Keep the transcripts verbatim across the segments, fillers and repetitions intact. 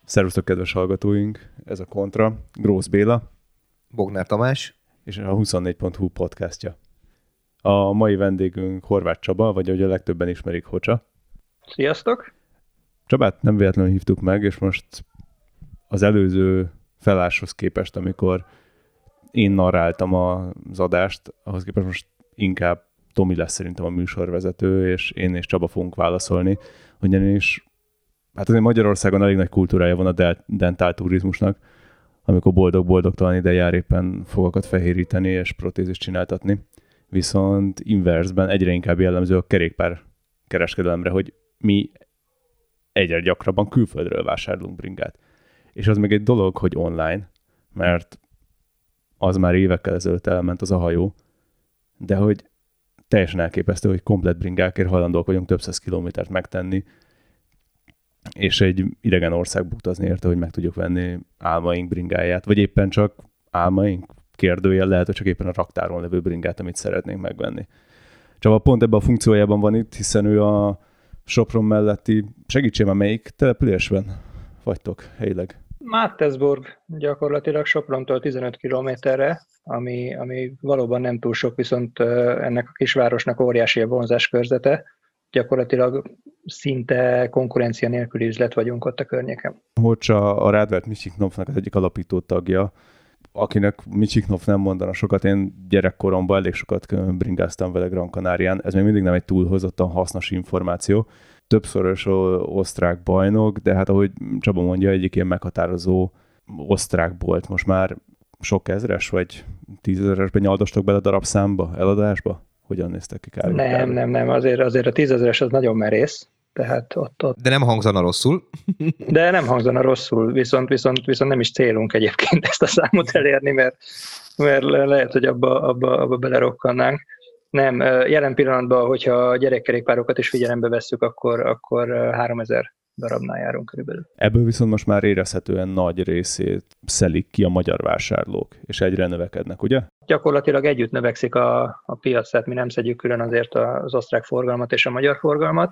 Szervusztok, kedves hallgatóink! Ez a Kontra, Grósz Béla, Bognár Tamás, és a huszonnégy pont hu podcastja. A mai vendégünk Horváth Csaba, vagy ahogy a legtöbben ismerik, Hocsa. Sziasztok! Csabát nem véletlenül hívtuk meg, és most az előző felálláshoz képest, amikor én narráltam az adást, ahhoz képest most inkább Tomi lesz szerintem a műsorvezető, és én és Csaba fogunk válaszolni, ugyanis hát azért Magyarországon elég nagy kultúrája van a dentálturizmusnak, amikor boldog-boldogtalan ide jár éppen fogakat fehéríteni és protézist csináltatni. Viszont inversben egyre inkább jellemző a kerékpár kereskedelemre, hogy mi egyre gyakrabban külföldről vásárolunk bringát. És az még egy dolog, hogy online, mert az már évekkel ezelőtt elment az a hajó, de hogy teljesen elképesztő, hogy komplett bringákért hajlandóak vagyunk több száz kilométert megtenni, és egy idegen országba utazni érte, hogy meg tudjuk venni álmaink bringáját, vagy éppen csak álmaink kérdőjel, lehet, hogy csak éppen a raktáron levő bringát, amit szeretnénk megvenni. Csaba pont ebben a funkciójában van itt, hiszen ő a Sopron melletti, segítsél már, melyik településben vagytok helyileg? Máttesburg, gyakorlatilag Soprontól tizenöt kilométerre, ami, ami valóban nem túl sok, viszont ennek a kisvárosnak óriási a vonzás körzete. Gyakorlatilag szinte konkurencia nélküli üzlet vagyunk ott a környéken. Hocsa a Rádvert Micsiknovnak az egyik alapító tagja, akinek Micsiknov nem mondana sokat, én gyerekkoromban elég sokat bringáztam vele Gran Canarián, ez még mindig nem egy túlhozottan hasznos információ. Többszörös osztrák bajnok, de hát ahogy Csaba mondja, egyik ilyen meghatározó osztrák bolt. Most már sok ezres vagy tízezeresben nyaldostok bele darabszámba, eladásba? Hogyan néztek ki kár? Nem, nem, nem, azért, azért a tízezeres az nagyon merész. Tehát ott, ott. De nem hangzana rosszul. De nem hangzana rosszul, viszont, viszont, viszont nem is célunk egyébként ezt a számot elérni, mert, mert lehet, hogy abba, abba, abba belerokkannánk. Nem, jelen pillanatban, hogyha a gyerekkerékpárokat is figyelembe vesszük, akkor, akkor háromezer darabnál járunk körülbelül. Ebből viszont most már érezhetően nagy részét szelik ki a magyar vásárlók, és egyre növekednek, ugye? Gyakorlatilag együtt növekszik a, a piac, tehát mi nem szedjük külön azért az osztrák forgalmat és a magyar forgalmat,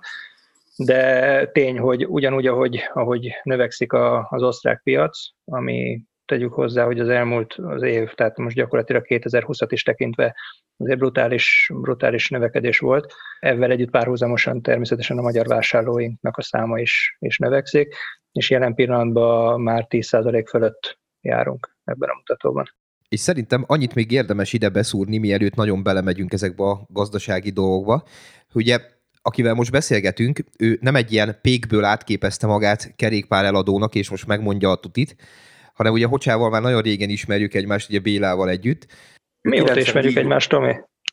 de tény, hogy ugyanúgy, ahogy, ahogy növekszik a, az osztrák piac, ami tegyük hozzá, hogy az elmúlt az év, tehát most gyakorlatilag kétezer-húszat is tekintve azért brutális, brutális növekedés volt. Ezzel együtt párhuzamosan természetesen a magyar vásárlóinknak a száma is, is növekszik, és jelen pillanatban már tíz százalék fölött járunk ebben a mutatóban. És szerintem annyit még érdemes ide beszúrni, mielőtt nagyon belemegyünk ezekbe a gazdasági dolgokba. Ugye, akivel most beszélgetünk, ő nem egy ilyen pékből átképezte magát kerékpár eladónak, és most megmondja a tutit, hanem ugye Hocsával már nagyon régen ismerjük egymást, ugye Bélával együtt. Mióta ismerjük egymást, Tomi?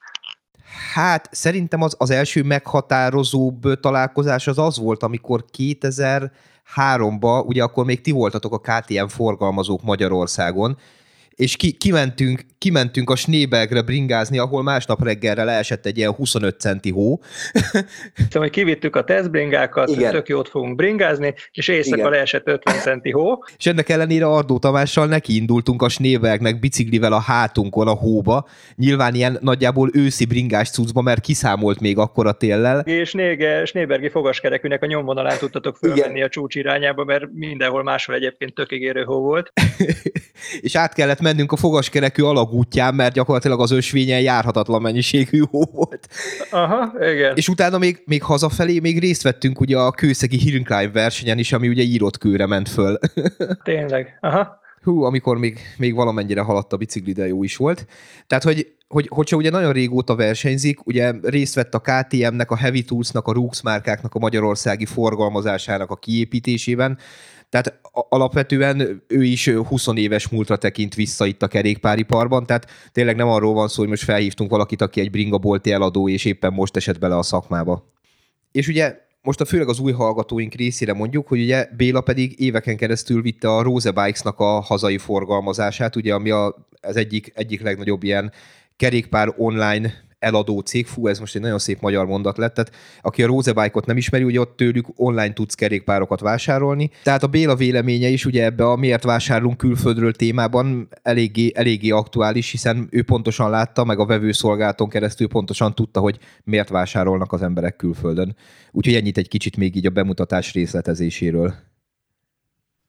Hát szerintem az, az első meghatározóbb találkozás az az volt, amikor kétezer-háromban, ugye akkor még ti voltatok a ká té em forgalmazók Magyarországon, és ki, kimentünk, kimentünk a Schneebergre bringázni, ahol másnap reggelre leesett egy ilyen huszonöt centi hó. Szóval, hogy kivittük a tesztbringákat, igen, tök jót fogunk bringázni, és éjszaka igen, leesett ötven centi hó. És ennek ellenére Ardó Tamással nekiindultunk a Schneebergnek biciklivel a hátunkon a hóba, nyilván ilyen nagyjából őszi bringás cuccba, mert kiszámolt még akkor a téllel. És Schneebergi fogaskerekűnek a nyomvonalán tudtatok fölmenni a csúcs irányába, mert mindenhol máshol egyébként tökigérő hó volt. És át kellett mennünk a fogaskerekű alagútján, mert gyakorlatilag az ösvényen járhatatlan mennyiségű hó volt. Aha, igen. És utána még, még hazafelé még részt vettünk ugye a kőszegi Hill Climb versenyen is, ami ugye írott kőre ment föl. Tényleg, aha. Hú, amikor még, még valamennyire haladt a bicikli, de jó is volt. Tehát, hogy, hogy, hogyha ugye nagyon régóta versenyzik, ugye részt vett a ká té em-nek, a Heavy Tools-nak, a Rux márkáknak a magyarországi forgalmazásának a kiépítésében. Tehát alapvetően ő is húsz éves múltra tekint vissza itt a kerékpáriparban, tehát tényleg nem arról van szó, hogy most felhívtunk valakit, aki egy bringabolti eladó, és éppen most esett bele a szakmába. És ugye most a főleg az új hallgatóink részére mondjuk, hogy ugye Béla pedig éveken keresztül vitte a Rose Bikes-nak a hazai forgalmazását, ugye ami a, az egyik, egyik legnagyobb ilyen kerékpár online eladó cég, fú, ez most egy nagyon szép magyar mondat lett, tehát aki a Rose Bike-ot nem ismeri, ugye ott tőlük online tudsz kerékpárokat vásárolni. Tehát a Béla véleménye is ugye ebbe a miért vásárlunk külföldről témában eléggé, eléggé aktuális, hiszen ő pontosan látta, meg a vevőszolgálaton keresztül pontosan tudta, hogy miért vásárolnak az emberek külföldön. Úgyhogy ennyit egy kicsit még így a bemutatás részletezéséről.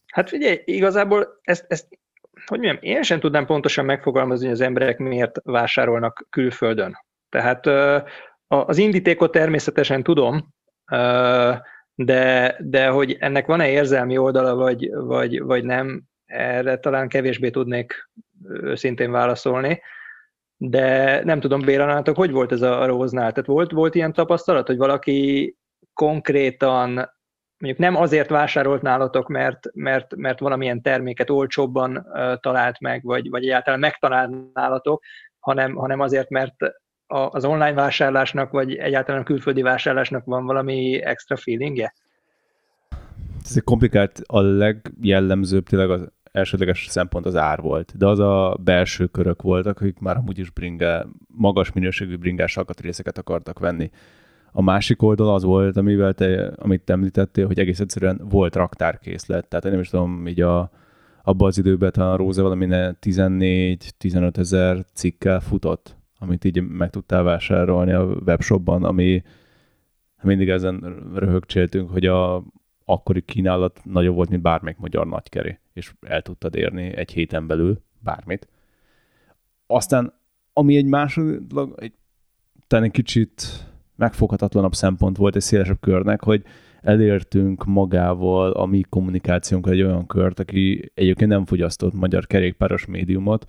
Hát figyelj, igazából ezt, ezt hogy mondjam, én sem tudnám pontosan megfogalmazni, hogy az emberek miért vásárolnak külföldön. Tehát az indítékot természetesen tudom, de, de hogy ennek van-e érzelmi oldala, vagy, vagy, vagy nem, erre talán kevésbé tudnék őszintén válaszolni. De nem tudom, Béla, nálatok, hogy volt ez a Róznál? Tehát volt, volt ilyen tapasztalat, hogy valaki konkrétan mondjuk nem azért vásárolt nálatok, mert, mert, mert valamilyen terméket olcsóbban uh, talált meg, vagy, vagy egyáltalán megtalált nálatok, hanem, hanem azért, mert a, az online vásárlásnak, vagy egyáltalán a külföldi vásárlásnak van valami extra feelingje? Ez egy komplikált, a legjellemzőbb tényleg az elsődleges szempont az ár volt, de az a belső körök voltak, akik már amúgy is bringá, magas minőségű bringás alkatrészeket akartak venni. A másik oldal az volt, amivel te, amit te említettél, hogy egész egyszerűen volt raktárkészlet. Tehát én nem is tudom, így a, abban az időben a Róza valami tizennégy-tizenöt ezer cikkel futott, amit így meg tudtál vásárolni a webshopban, ami mindig ezen röhögcséltünk, hogy a akkori kínálat nagyobb volt, mint bármelyik magyar nagykeri, és el tudtad érni egy héten belül bármit. Aztán, ami egy másodlag, egy, talán egy kicsit megfoghatatlanabb szempont volt egy szélesebb körnek, hogy elértünk magával a mi kommunikációnkkal egy olyan kört, aki egyébként nem fogyasztott magyar kerékpáros médiumot,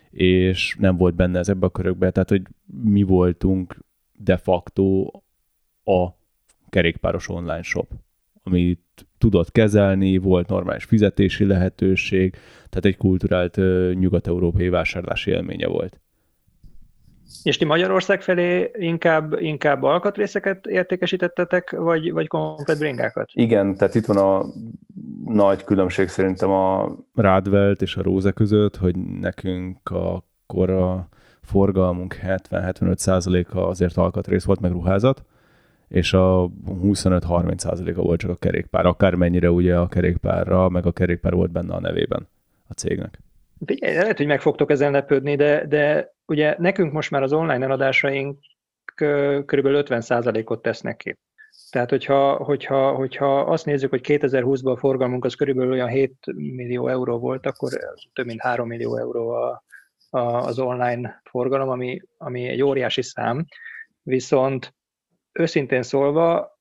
és nem volt benne ez ebbe a körökbe, tehát hogy mi voltunk de facto a kerékpáros online shop, amit tudott kezelni, volt normális fizetési lehetőség, tehát egy kulturált nyugat-európai vásárlási élménye volt. És ti Magyarország felé inkább, inkább alkatrészeket értékesítettetek, vagy, vagy komplet bringákat? Igen, tehát itt van a nagy különbség szerintem a Rádvelt és a Róza között, hogy nekünk akkor a forgalmunk hetven-hetvenöt százaléka azért alkatrész volt, meg ruházat, és a huszonöt-harminc százaléka volt csak a kerékpár, akármennyire ugye a kerékpárra, meg a kerékpár volt benne a nevében a cégnek. Figyelj, lehet, hogy meg fogtok ezen lepődni, de, de ugye nekünk most már az online eladásaink körülbelül ötven százalékot tesznek ki. Tehát, hogyha, hogyha, hogyha azt nézzük, hogy kétezer-húszban a forgalmunk az körülbelül olyan hét millió euró volt, akkor több mint három millió euró a, a, az online forgalom, ami, ami egy óriási szám. Viszont őszintén szólva,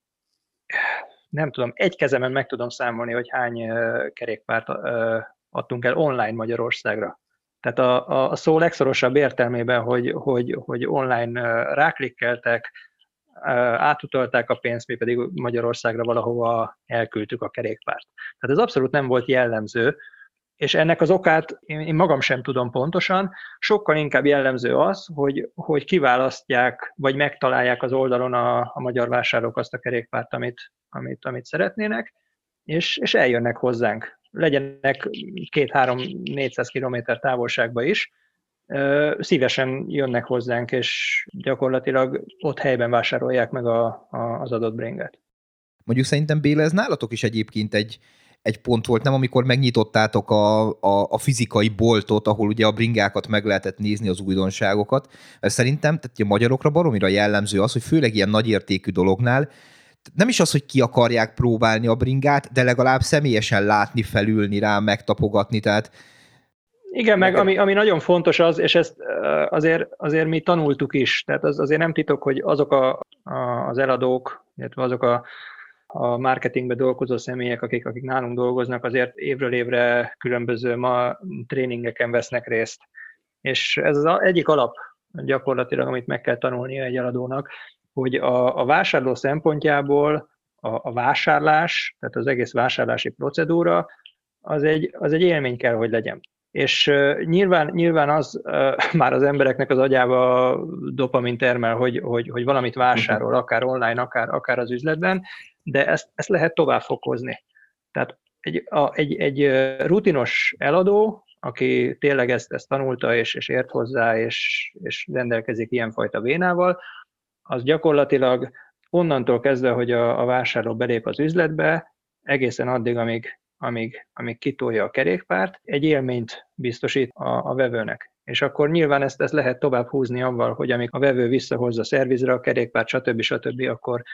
nem tudom, egy kezemen meg tudom számolni, hogy hány kerékpárt adtunk el online Magyarországra. Tehát a, a, a szó legszorosabb értelmében, hogy, hogy, hogy online ráklikkeltek, átutalták a pénzt, mi pedig Magyarországra valahova elküldtük a kerékpárt. Tehát ez abszolút nem volt jellemző, és ennek az okát én, én magam sem tudom pontosan, sokkal inkább jellemző az, hogy, hogy kiválasztják, vagy megtalálják az oldalon a, a magyar vásárlók azt a kerékpárt, amit, amit, amit szeretnének, és, és eljönnek hozzánk. Legyenek két-három-négyszáz kilométer távolságba is, szívesen jönnek hozzánk, és gyakorlatilag ott helyben vásárolják meg a, a, az adott bringet. Mondjuk szerintem, Béla, ez nálatok is egyébként egy, egy pont volt, nem amikor megnyitottátok a, a, a fizikai boltot, ahol ugye a bringákat meg lehetett nézni, az újdonságokat. Szerintem tehát a magyarokra baromira jellemző az, hogy főleg ilyen nagyértékű dolognál nem is az, hogy ki akarják próbálni a bringát, de legalább személyesen látni, felülni rá, megtapogatni, tehát igen, meg ami, ami nagyon fontos az, és ezt azért, azért mi tanultuk is, tehát az, azért nem titok, hogy azok a, a, az eladók, illetve azok a, a marketingben dolgozó személyek, akik, akik nálunk dolgoznak, azért évről évre különböző ma tréningeken vesznek részt. És ez az egyik alap gyakorlatilag, amit meg kell tanulnia egy eladónak, hogy a, a vásárló szempontjából a, a vásárlás, tehát az egész vásárlási procedúra, az egy, az egy élmény kell, hogy legyen. És uh, nyilván, nyilván az uh, már az embereknek az agyába dopamin termel, hogy, hogy, hogy valamit vásárol, akár online, akár, akár az üzletben, de ezt, ezt lehet tovább fokozni. Tehát egy, a, egy, egy rutinos eladó, aki tényleg ezt, ezt tanulta, és, és ért hozzá, és, és rendelkezik ilyenfajta vénával, az gyakorlatilag onnantól kezdve, hogy a, a vásárló belép az üzletbe, egészen addig, amíg amíg, amíg kitolja a kerékpárt, egy élményt biztosít a, a vevőnek. És akkor nyilván ezt, ezt lehet tovább húzni avval, hogy amíg a vevő visszahozza szervizre a kerékpárt, stb. stb., akkor,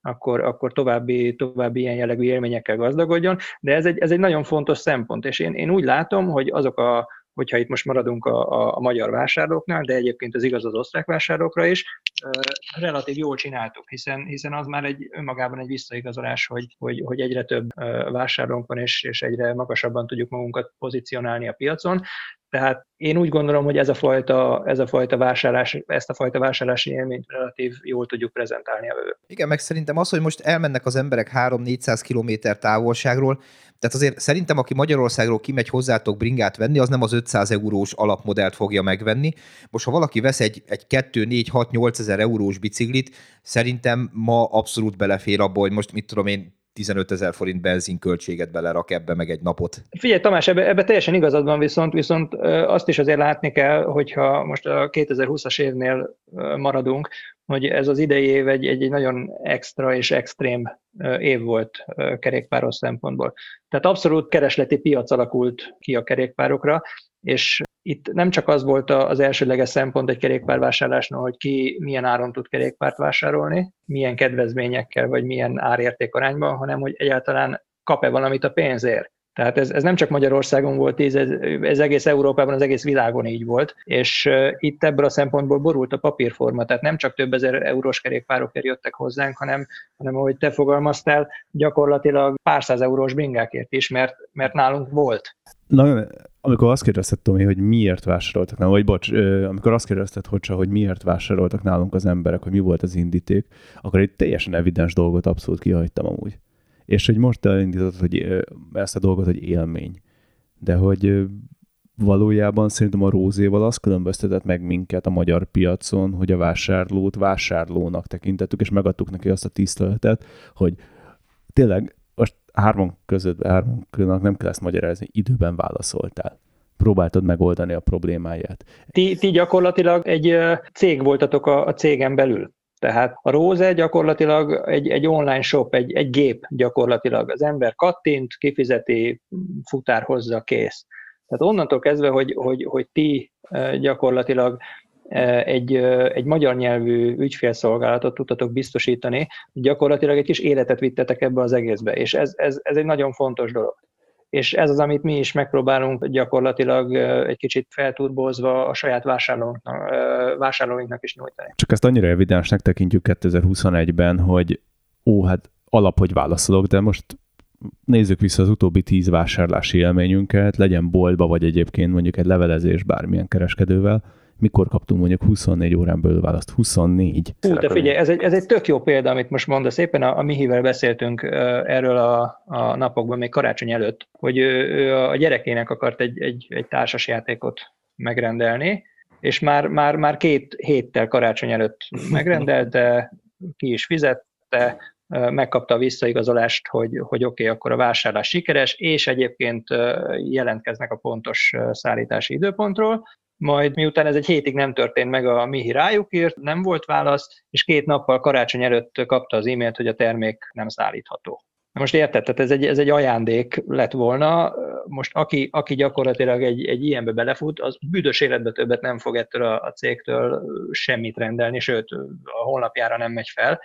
akkor, akkor további, további ilyen jellegű élményekkel gazdagodjon, de ez egy, ez egy nagyon fontos szempont, és én, én úgy látom, hogy azok a, hogyha itt most maradunk a, a, a magyar vásárlóknál, de egyébként ez igaz az osztrák vásárlókra is, relatív jól csináltuk, hiszen, hiszen az már egy önmagában egy visszaigazolás, hogy, hogy, hogy egyre több vásárlónk van, és, és egyre magasabban tudjuk magunkat pozícionálni a piacon. Tehát én úgy gondolom, hogy ez a fajta, ez a fajta vásárlás, ezt a fajta vásárlási élményt relatív jól tudjuk prezentálni a vevők. Igen, meg szerintem az, hogy most elmennek az emberek három-négyszáz kilométer távolságról, tehát azért szerintem, aki Magyarországról kimegy hozzátok bringát venni, az nem az ötszáz eurós alapmodellt fogja megvenni. Most, ha valaki vesz egy, egy kettő, négy, hat, nyolc ezer eurós biciklit, szerintem ma abszolút belefér abba, hogy most mit tudom én, tizenötezer forint benzinköltséget belerak ebbe meg egy napot. Figyelj Tamás, ebbe, ebbe teljesen igazad van, viszont, viszont azt is azért látni kell, hogyha most a kétezer-húszas évnél maradunk, hogy ez az idei év egy, egy nagyon extra és extrém év volt kerékpáros szempontból. Tehát abszolút keresleti piac alakult ki a kerékpárokra, és itt nem csak az volt az elsődleges szempont egy kerékpárvásárlásnál, hogy ki milyen áron tud kerékpárt vásárolni, milyen kedvezményekkel, vagy milyen árértékarányban, hanem hogy egyáltalán kap-e valamit a pénzért. Tehát ez, ez nem csak Magyarországon volt így, ez, ez egész Európában, az egész világon így volt, és uh, itt ebből a szempontból borult a papírforma, tehát nem csak több ezer eurós kerékpárokért jöttek hozzánk, hanem, hanem ahogy te fogalmaztál, gyakorlatilag pár száz eurós bringákért is, mert, mert nálunk volt. Na, amikor azt kérdezted, Tomi, hogy miért vásároltak nálunk, vagy bocs, amikor azt kérdezted, Hocsa, hogy miért vásároltak nálunk az emberek, hogy mi volt az indíték, akkor egy teljesen evidens dolgot abszolút kihagytam amúgy. És hogy most elindított, hogy ezt a dolgot, hogy élmény. De hogy valójában szerintem a Rózéval az különböztetett meg minket a magyar piacon, hogy a vásárlót vásárlónak tekintettük, és megadtuk neki azt a tiszteletet, hogy tényleg most hárman között, hármanknak nem kell ezt magyarázni, időben válaszoltál. Próbáltad megoldani a problémáját. Ti, ti gyakorlatilag egy cég voltatok a, a cégen belül. Tehát a Róze gyakorlatilag egy, egy online shop, egy, egy gép gyakorlatilag. Az ember kattint, kifizeti, futár hozza, kész. Tehát onnantól kezdve, hogy, hogy, hogy ti gyakorlatilag egy, egy magyar nyelvű ügyfélszolgálatot tudtatok biztosítani, gyakorlatilag egy kis életet vittetek ebbe az egészbe, és ez, ez, ez egy nagyon fontos dolog. És ez az, amit mi is megpróbálunk gyakorlatilag egy kicsit felturbózva a saját vásárlóinknak, vásárlóinknak is nyújtani. Csak ezt annyira evidensnek tekintjük kétezer-huszonegyben, hogy ó, hát alap, hogy válaszolok, de most nézzük vissza az utóbbi tíz vásárlási élményünket, legyen boltba, vagy egyébként mondjuk egy levelezés bármilyen kereskedővel, mikor kaptunk mondjuk huszonnégy órán belül választ? huszonnégy. Hú, te figyelj, ez egy, ez egy tök jó példa, amit most mondasz. Éppen a, a Mihivel beszéltünk uh, erről a, a napokban, még karácsony előtt, hogy ő, ő a gyerekének akart egy, egy, egy társasjátékot megrendelni, és már, már, már két héttel karácsony előtt megrendelte, ki is fizette, uh, megkapta a visszaigazolást, hogy, hogy oké, okay, akkor a vásárlás sikeres, és egyébként uh, jelentkeznek a pontos uh, szállítási időpontról. Majd miután ez egy hétig nem történt meg, a Mihi rájuk írt, nem volt válasz, és két nappal karácsony előtt kapta az e-mailt, hogy a termék nem szállítható. Na most érted, tehát ez egy, ez egy ajándék lett volna, most aki, aki gyakorlatilag egy, egy ilyenbe belefut, az büdös életbe többet nem fog ettől a, a cégtől semmit rendelni, sőt a honlapjára nem megy fel.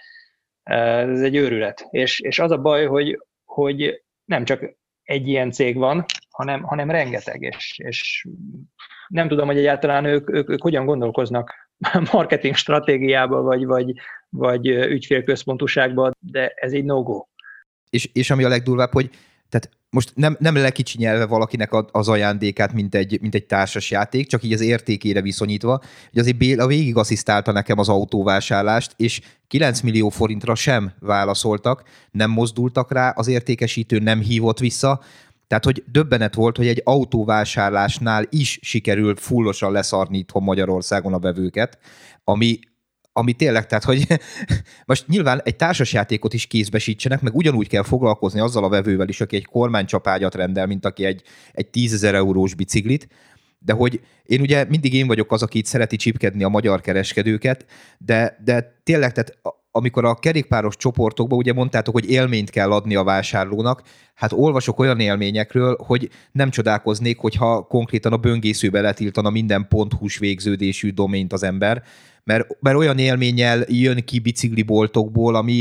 Ez egy őrület. És, és az a baj, hogy, hogy nem csak egy ilyen cég van, hanem, hanem rengeteg, és, és nem tudom, hogy egyáltalán ők, ők, ők hogyan gondolkoznak marketing stratégiába, vagy, vagy, vagy ügyfélközpontúságba, de ez egy no-go. És, és ami a legdurvább, hogy tehát most nem, nem lekicsinyelve valakinek az ajándékát, mint egy, mint egy társas játék, csak így az értékére viszonyítva, hogy azért Béla végig asszisztálta nekem az autóvásárlást, és kilenc millió forintra sem válaszoltak, nem mozdultak rá, az értékesítő nem hívott vissza, tehát hogy döbbenet volt, hogy egy autóvásárlásnál is sikerül fullosan leszarni itthon Magyarországon a vevőket, ami, ami tényleg, tehát hogy most nyilván egy társasjátékot is kézbesítsenek, meg ugyanúgy kell foglalkozni azzal a vevővel is, aki egy kormánycsapágyat rendel, mint aki egy, egy tízezer eurós biciklit, de hogy én ugye mindig én vagyok az, aki itt szereti csipkedni a magyar kereskedőket, de, de tényleg, tehát amikor a kerékpáros csoportokban ugye mondtátok, hogy élményt kell adni a vásárlónak, hát olvasok olyan élményekről, hogy nem csodálkoznék, hogyha konkrétan a böngészőbe letiltana minden .hu-s végződésű domént az ember, mert, mert olyan élménnyel jön ki bicikliboltokból, ami,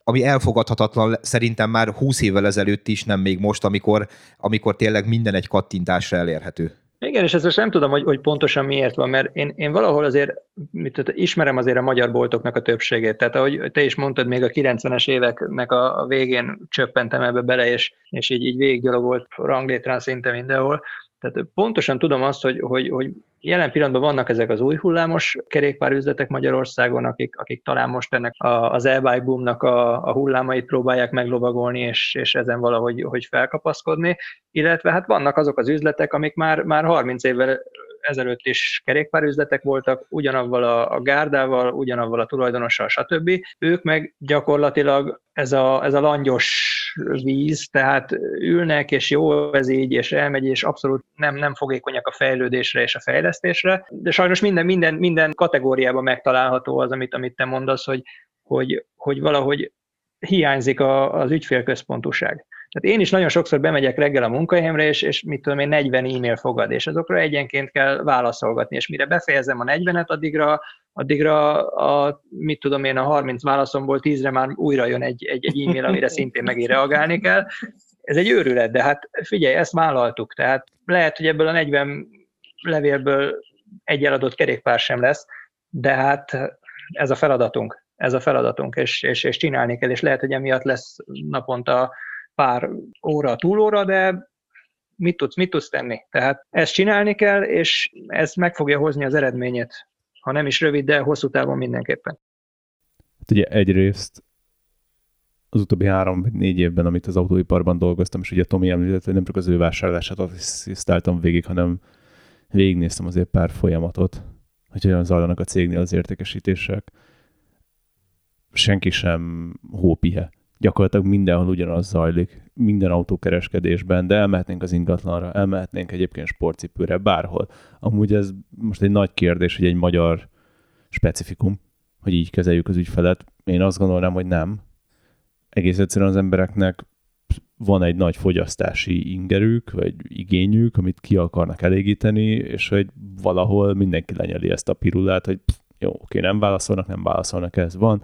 ami elfogadhatatlan szerintem már húsz évvel ezelőtt is, nem még most, amikor, amikor tényleg minden egy kattintásra elérhető. Igen, és ezt most nem tudom, hogy, hogy pontosan miért van, mert én, én valahol azért mit, ismerem azért a magyar boltoknak a többségét. Tehát ahogy te is mondtad, még a kilencvenes éveknek a, a végén csöppentem ebbe bele, és, és így, így végiggyalogolt ranglétrán szinte mindenhol. Tehát pontosan tudom azt, hogy, hogy, hogy jelen pillanatban vannak ezek az új hullámos kerékpárüzletek Magyarországon, akik, akik talán most ennek a, az e-bike boomnak a, a hullámait próbálják meglovagolni, és, és ezen valahogy hogy felkapaszkodni, illetve hát vannak azok az üzletek, amik már, már harminc évvel ezelőtt is kerékpárüzletek voltak, ugyanavval a, a gárdával, ugyanavval a tulajdonossal, stb. Ők meg gyakorlatilag ez a, ez a langyos víz, tehát ülnek, és jó ez így, és elmegy, és abszolút nem, nem fogékonyak a fejlődésre és a fejlesztésre, de sajnos minden, minden, minden kategóriában megtalálható az, amit, amit te mondasz, hogy, hogy, hogy valahogy hiányzik a, az ügyfélközpontúság. Tehát én is nagyon sokszor bemegyek reggel a munkahelyemre, és, és mit tudom én, negyven e-mail fogad, és azokra egyenként kell válaszolgatni, és mire befejezem a negyvenet, addigra, addigra a, mit tudom én, a harminc válaszomból tízre már újra jön egy, egy, egy e-mail, amire szintén megint reagálni kell. Ez egy őrület, de hát figyelj, ezt vállaltuk, tehát lehet, hogy ebből a negyven levélből egy eladott kerékpár sem lesz, de hát ez a feladatunk, ez a feladatunk, és, és, és csinálni kell, és lehet, hogy emiatt lesz naponta pár óra túlóra, de mit tudsz, mit tudsz tenni? Tehát ezt csinálni kell, és ez meg fogja hozni az eredményét, ha nem is rövid, de hosszú távon mindenképpen. Hát ugye egyrészt az utóbbi három vagy négy évben, amit az autóiparban dolgoztam, és ugye Tomi említett, hogy nem csak az ő vásárlását asszisztáltam végig, hanem végignéztem azért pár folyamatot, hogy hogyan zajlanak a cégnél az értékesítések. Senki sem hópihe. Gyakorlatilag mindenhol ugyanaz zajlik, minden autókereskedésben, de elmehetnénk az ingatlanra, elmehetnénk egyébként sportcipőre, bárhol. Amúgy ez most egy nagy kérdés, hogy egy magyar specifikum, hogy így kezeljük az ügyfelet. Én azt gondolnám, hogy nem. Egész egyszerűen az embereknek van egy nagy fogyasztási ingerük, vagy igényük, amit ki akarnak elégíteni, és hogy valahol mindenki lenyeli ezt a pirulát, hogy pff, jó, oké, nem válaszolnak, nem válaszolnak, ez van.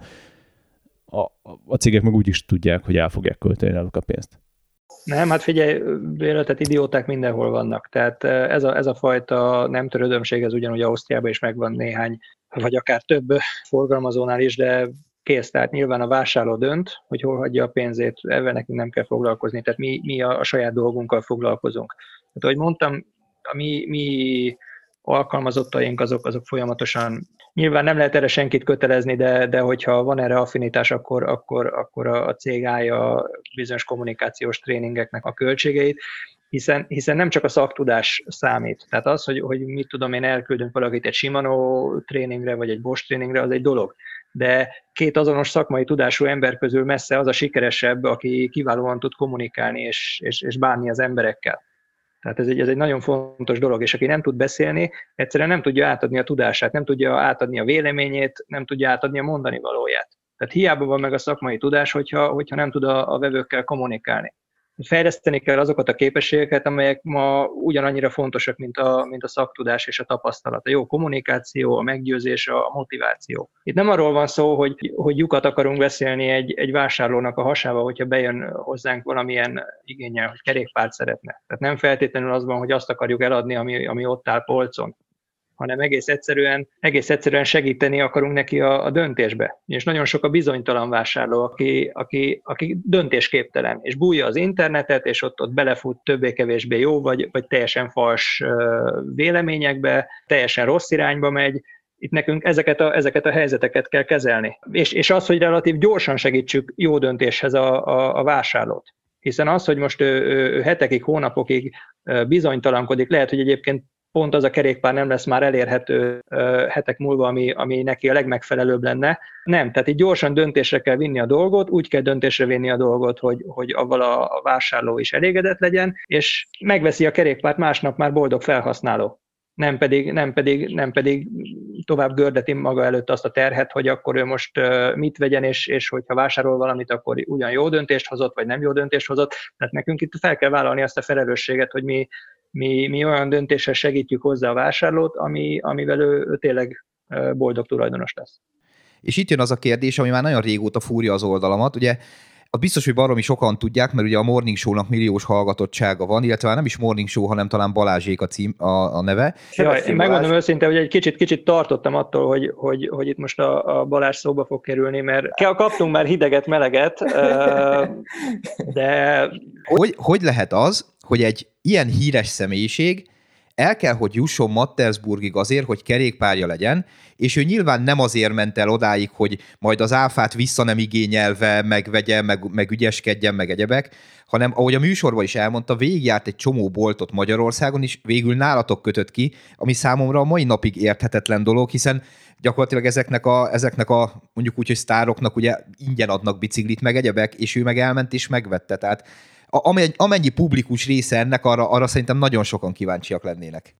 A, a cégek meg úgy is tudják, hogy el fogják költeni náluk a pénzt. Nem, hát figyelj, véletett idióták mindenhol vannak. Tehát ez a, ez a fajta nem törődömség, ez ugyanúgy Ausztriában is megvan néhány, vagy akár több forgalmazónál is, de kész. Tehát nyilván a vásárló dönt, hogy hol hagyja a pénzét, ebben nekünk nem kell foglalkozni. Tehát mi, mi a, a saját dolgunkkal foglalkozunk. Tehát ahogy mondtam, a mi, mi alkalmazottaink azok, azok folyamatosan, nyilván nem lehet erre senkit kötelezni, de, de hogyha van erre affinitás, akkor, akkor, akkor a, a cég állja bizonyos kommunikációs tréningeknek a költségeit, hiszen, hiszen nem csak a szaktudás számít. Tehát az, hogy, hogy mit tudom én, elküldünk valakit egy Shimano tréningre, vagy egy Bosch tréningre, az egy dolog. De két azonos szakmai tudású ember közül messze az a sikeresebb, aki kiválóan tud kommunikálni és, és, és bánni az emberekkel. Tehát ez egy, ez egy nagyon fontos dolog, és aki nem tud beszélni, egyszerűen nem tudja átadni a tudását, nem tudja átadni a véleményét, nem tudja átadni a mondani valóját. Tehát hiába van meg a szakmai tudás, hogyha, hogyha nem tud a, a vevőkkel kommunikálni. Fejleszteni kell azokat a képességeket, amelyek ma ugyanannyira fontosak, mint a, mint a szaktudás és a tapasztalat. A jó kommunikáció, a meggyőzés, a motiváció. Itt nem arról van szó, hogy, hogy lyukat akarunk beszélni egy, egy vásárlónak a hasába, hogyha bejön hozzánk valamilyen igénnyel, hogy kerékpárt szeretne. Tehát nem feltétlenül az van, hogy azt akarjuk eladni, ami, ami ott áll polcon, hanem egész egyszerűen, egész egyszerűen segíteni akarunk neki a, a döntésbe. És nagyon sok a bizonytalan vásárló, aki, aki, aki döntésképtelen, és bújja az internetet, és ott, ott belefut többé-kevésbé jó, vagy, vagy teljesen fals véleményekbe, teljesen rossz irányba megy. Itt nekünk ezeket a, ezeket a helyzeteket kell kezelni. És, és az, hogy relatív gyorsan segítsük jó döntéshez a, a, a vásárlót. Hiszen az, hogy most ő, ő hetekig, hónapokig bizonytalankodik, lehet, hogy egyébként pont az a kerékpár nem lesz már elérhető uh, hetek múlva, ami, ami neki a legmegfelelőbb lenne. Nem, tehát így gyorsan döntésre kell vinni a dolgot, úgy kell döntésre vinni a dolgot, hogy, hogy avval a, a vásárló is elégedett legyen, és megveszi a kerékpárt másnap már boldog felhasználó. Nem pedig, nem pedig, nem pedig tovább gördeti maga előtt azt a terhet, hogy akkor ő most uh, mit vegyen, és, és hogyha vásárol valamit, akkor ugyan jó döntést hozott, vagy nem jó döntést hozott. Tehát nekünk itt fel kell vállalni azt a felelősséget, hogy mi Mi, mi olyan döntéssel segítjük hozzá a vásárlót, ami, amivel ő, ő tényleg boldog tulajdonos lesz. És itt jön az a kérdés, ami már nagyon régóta fúrja az oldalamat. Ugye az biztos, hogy baromi sokan tudják, mert ugye a Morning Show-nak milliós hallgatottsága van, illetve nem is Morning Show, hanem talán Balázsék a, cím, a, a neve. Jaj, én megmondom őszintén, hogy egy kicsit, kicsit tartottam attól, hogy, hogy, hogy itt most a, a Balázs szóba fog kerülni, mert kaptunk már hideget, meleget, de... Hogy, hogy lehet az, hogy egy ilyen híres személyiség el kell, hogy jusson Mattersburgig azért, hogy kerékpárja legyen, és ő nyilván nem azért ment el odáig, hogy majd az áfát vissza nem igényelve megvegye, meg, meg ügyeskedjen, meg egyebek, hanem ahogy a műsorban is elmondta, végigjárt egy csomó boltot Magyarországon, és végül nálatok kötött ki, ami számomra a mai napig érthetetlen dolog, hiszen gyakorlatilag ezeknek a, ezeknek a mondjuk úgy, hogy sztároknak ugye ingyen adnak biciklit, meg egyebek, és ő meg elment és megvette. Tehát amennyi, amennyi publikus része ennek, arra, arra szerintem nagyon sokan kíváncsiak lennének.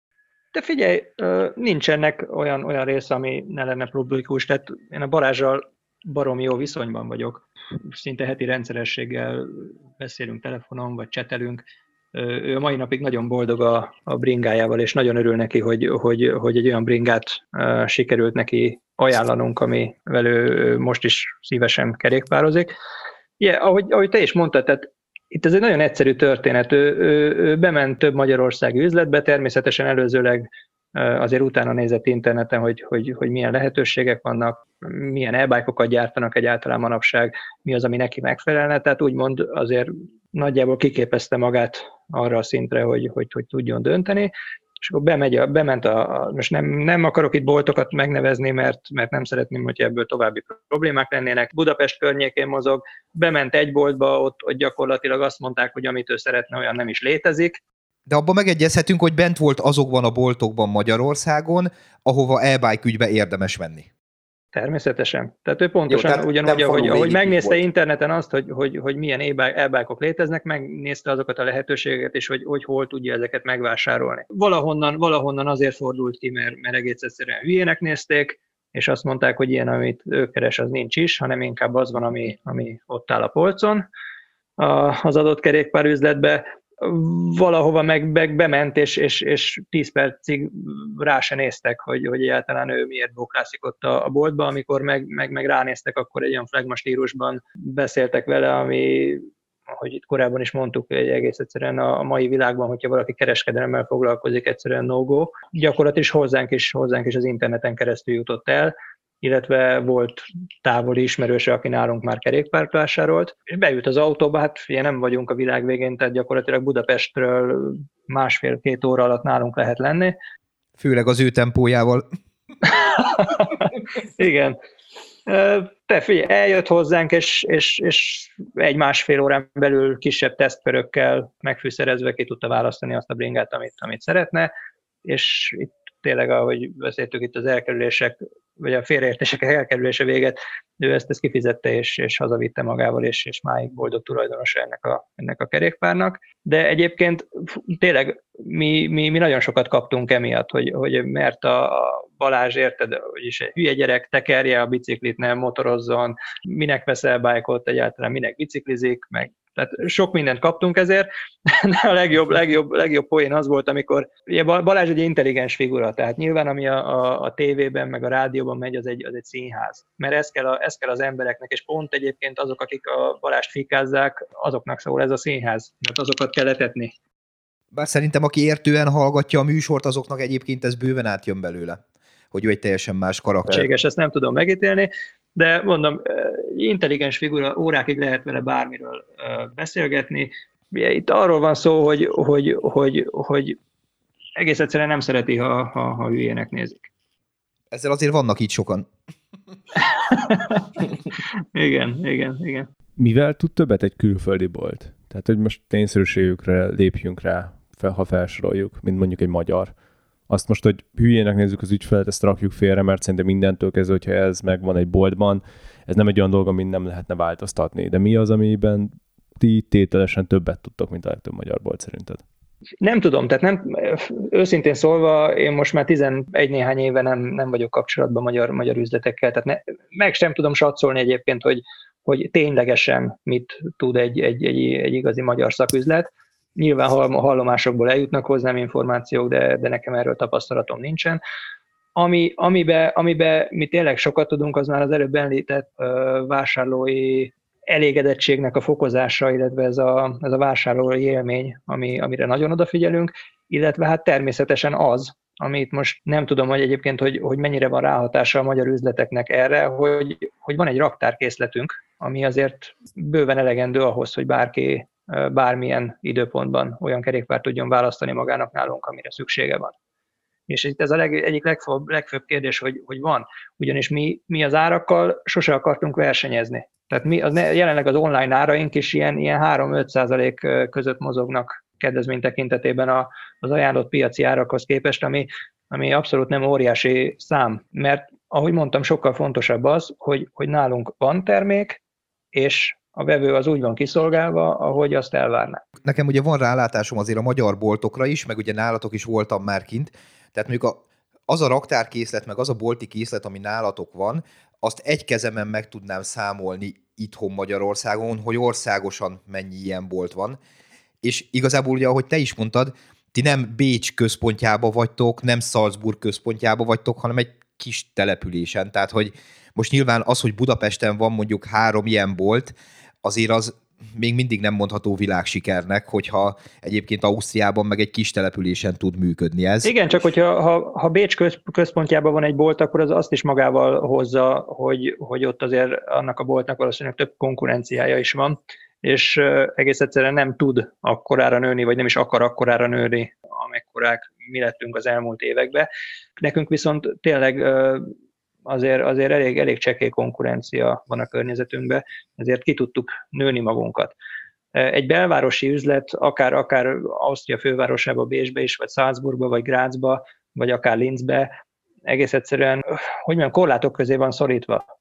De figyelj, nincs ennek olyan, olyan része, ami ne lenne publikus. Tehát én a Balázsral baromi jó viszonyban vagyok. Szinte heti rendszerességgel beszélünk telefonon, vagy csetelünk. Ő a mai napig nagyon boldog a, a bringájával, és nagyon örül neki, hogy, hogy, hogy egy olyan bringát sikerült neki ajánlanunk, amivel ő most is szívesen kerékpározik. Yeah, ahogy, ahogy te is mondtad, tehát itt ez egy nagyon egyszerű történet. Ő, ő, ő bement több magyarországi üzletbe, természetesen előzőleg azért utána nézett interneten, hogy, hogy, hogy milyen lehetőségek vannak, milyen e-bike-okat gyártanak egyáltalán manapság, mi az, ami neki megfelelne. Tehát úgymond azért nagyjából kiképezte magát arra a szintre, hogy, hogy, hogy tudjon dönteni. És akkor bemegy a, bement a, a most nem, nem akarok itt boltokat megnevezni, mert, mert nem szeretném, hogy ebből további problémák lennének. Budapest környékén mozog, bement egy boltba, ott, ott gyakorlatilag azt mondták, hogy amit ő szeretne, olyan nem is létezik. De abban megegyezhetünk, hogy bent volt azokban a boltokban Magyarországon, ahova e-bike ügybe érdemes menni. Természetesen. Tehát ő pontosan Jó, ugyanúgy, ahogy, ahogy megnézte volt. interneten azt, hogy, hogy, hogy milyen e-bike-ok léteznek, megnézte azokat a lehetőségeket, és hogy, hogy hol tudja ezeket megvásárolni. Valahonnan, valahonnan azért fordult ki, mert, mert egész egyszerűen hülyének nézték, és azt mondták, hogy ilyen, amit ő keres, az nincs is, hanem inkább az van, ami, ami ott áll a polcon az adott kerékpárüzletbe. Valahova meg, meg bement, és, és, és tíz percig rá se néztek, hogy, hogy egyáltalán ő miért bóklászik ott a, a boltba, amikor meg, meg, meg ránéztek, akkor egy olyan flagma stílusban beszéltek vele, ami, ahogy itt korábban is mondtuk, hogy egész egyszerűen a mai világban, hogyha valaki kereskedelemmel foglalkozik, egyszerűen no-go. Gyakorlatilag is hozzánk is, hozzánk is az interneten keresztül jutott el, illetve volt távoli ismerőse, aki nálunk már kerékpárt vásárolt, és beült az autóba, hát figyelj, nem vagyunk a világ végén, tehát gyakorlatilag Budapestről másfél-két óra alatt nálunk lehet lenni. Főleg az ő tempójával. Igen. Te figyelj, eljött hozzánk, és, és, és egy másfél órán belül kisebb tesztkörökkel megfűszerezve ki tudta választani azt a bringát, amit, amit szeretne, és itt tényleg, ahogy beszéltük itt az elkerülések, vagy a félreértések elkerülése véget, ő ezt, ezt kifizette, és, és hazavitte magával, és, és máig boldog tulajdonosa ennek a, ennek a kerékpárnak. De egyébként tényleg mi, mi, mi nagyon sokat kaptunk emiatt, hogy, hogy mert a Balázs, érted, vagyis egy hülye gyerek, tekerje a biciklit, nem motorozzon, minek veszel bike-ot, egyáltalán minek biciklizik, meg tehát sok mindent kaptunk ezért, de a legjobb, legjobb, legjobb poén az volt, amikor ugye Balázs egy intelligens figura, tehát nyilván ami a, a, a tévében, meg a rádióban megy, az egy, az egy színház. Mert ez kell, a, ez kell az embereknek, és pont egyébként azok, akik a Balást fikázzák, azoknak szól ez a színház, mert azokat kell etetni. Bár szerintem, aki értően hallgatja a műsort, azoknak egyébként ez bőven átjön belőle, hogy ő egy teljesen más karakter. Séges, ezt nem tudom megítélni, de mondom, intelligens figura, órákig lehet vele bármiről beszélgetni. Itt arról van szó, hogy, hogy, hogy, hogy egész egyszerűen nem szereti, ha, ha, ha hülyének nézik. Ezzel azért vannak így sokan. igen, igen, igen. Mivel tud többet egy külföldi bolt? Tehát, hogy most tényszerűségükre lépjünk rá, ha felsoroljuk, mint mondjuk egy magyar. Azt most, hogy hülyének nézzük az ügyfelet, ezt rakjuk félre, mert szerintem mindentől kezdve, hogyha ez megvan egy boltban, ez nem egy olyan dolog, amit nem lehetne változtatni. De mi az, amiben ti tételesen többet tudtok, mint a legtöbb magyar bolt szerinted? Nem tudom, tehát nem, őszintén szólva, én most már tizenegy néhány éve nem, nem vagyok kapcsolatban magyar, magyar üzletekkel, tehát ne, meg sem tudom satszolni egyébként, hogy, hogy ténylegesen mit tud egy, egy, egy, egy igazi magyar szaküzlet. Nyilván hallomásokból eljutnak hozzám információk, de, de nekem erről tapasztalatom nincsen. Ami, amibe, amibe mi tényleg sokat tudunk, az már az előbb említett ö, vásárlói elégedettségnek a fokozása, illetve ez a, ez a vásárlói élmény, ami, amire nagyon odafigyelünk, illetve hát természetesen az, amit most nem tudom, hogy egyébként, hogy, hogy mennyire van ráhatása a magyar üzleteknek erre, hogy, hogy van egy raktárkészletünk, ami azért bőven elegendő ahhoz, hogy bárki bármilyen időpontban olyan kerékpárt tudjon választani magának nálunk, amire szüksége van. És itt ez a leg, egyik legfőbb, legfőbb kérdés, hogy, hogy van. Ugyanis mi, mi az árakkal sose akartunk versenyezni. Tehát mi, az, jelenleg az online áraink is ilyen, ilyen három-öt százalék között mozognak kedvezmény tekintetében a, az ajánlott piaci árakhoz képest, ami, ami abszolút nem óriási szám. Mert ahogy mondtam, sokkal fontosabb az, hogy, hogy nálunk van termék, és a vevő az úgy van kiszolgálva, ahogy azt elvárná. Nekem ugye van rálátásom azért a magyar boltokra is, meg ugye nálatok is voltam már kint, tehát mondjuk a, az a raktárkészlet, meg az a bolti készlet, ami nálatok van, azt egy kezemen meg tudnám számolni itthon Magyarországon, hogy országosan mennyi ilyen bolt van. És igazából ugye, ahogy te is mondtad, ti nem Bécs központjába vagytok, nem Salzburg központjába vagytok, hanem egy kis településen. Tehát, hogy most nyilván az, hogy Budapesten van mondjuk három ilyen bolt, azért az még mindig nem mondható világsikernek, hogyha egyébként Ausztriában meg egy kis településen tud működni ez. Igen, csak hogyha ha, ha Bécs köz, központjában van egy bolt, akkor az azt is magával hozza, hogy, hogy ott azért annak a boltnak valószínűleg több konkurenciája is van, és egész egyszerűen nem tud akkorára nőni, vagy nem is akar akkorára nőni, amekkorák mi lettünk az elmúlt években. Nekünk viszont tényleg azért, azért elég, elég csekély konkurencia van a környezetünkben, ezért ki tudtuk nőni magunkat. Egy belvárosi üzlet, akár, akár Ausztria fővárosába, Bécsbe is, vagy Salzburgba, vagy Grazba, vagy akár Linzbe, egész egyszerűen, hogy mondjam, korlátok közé van szorítva.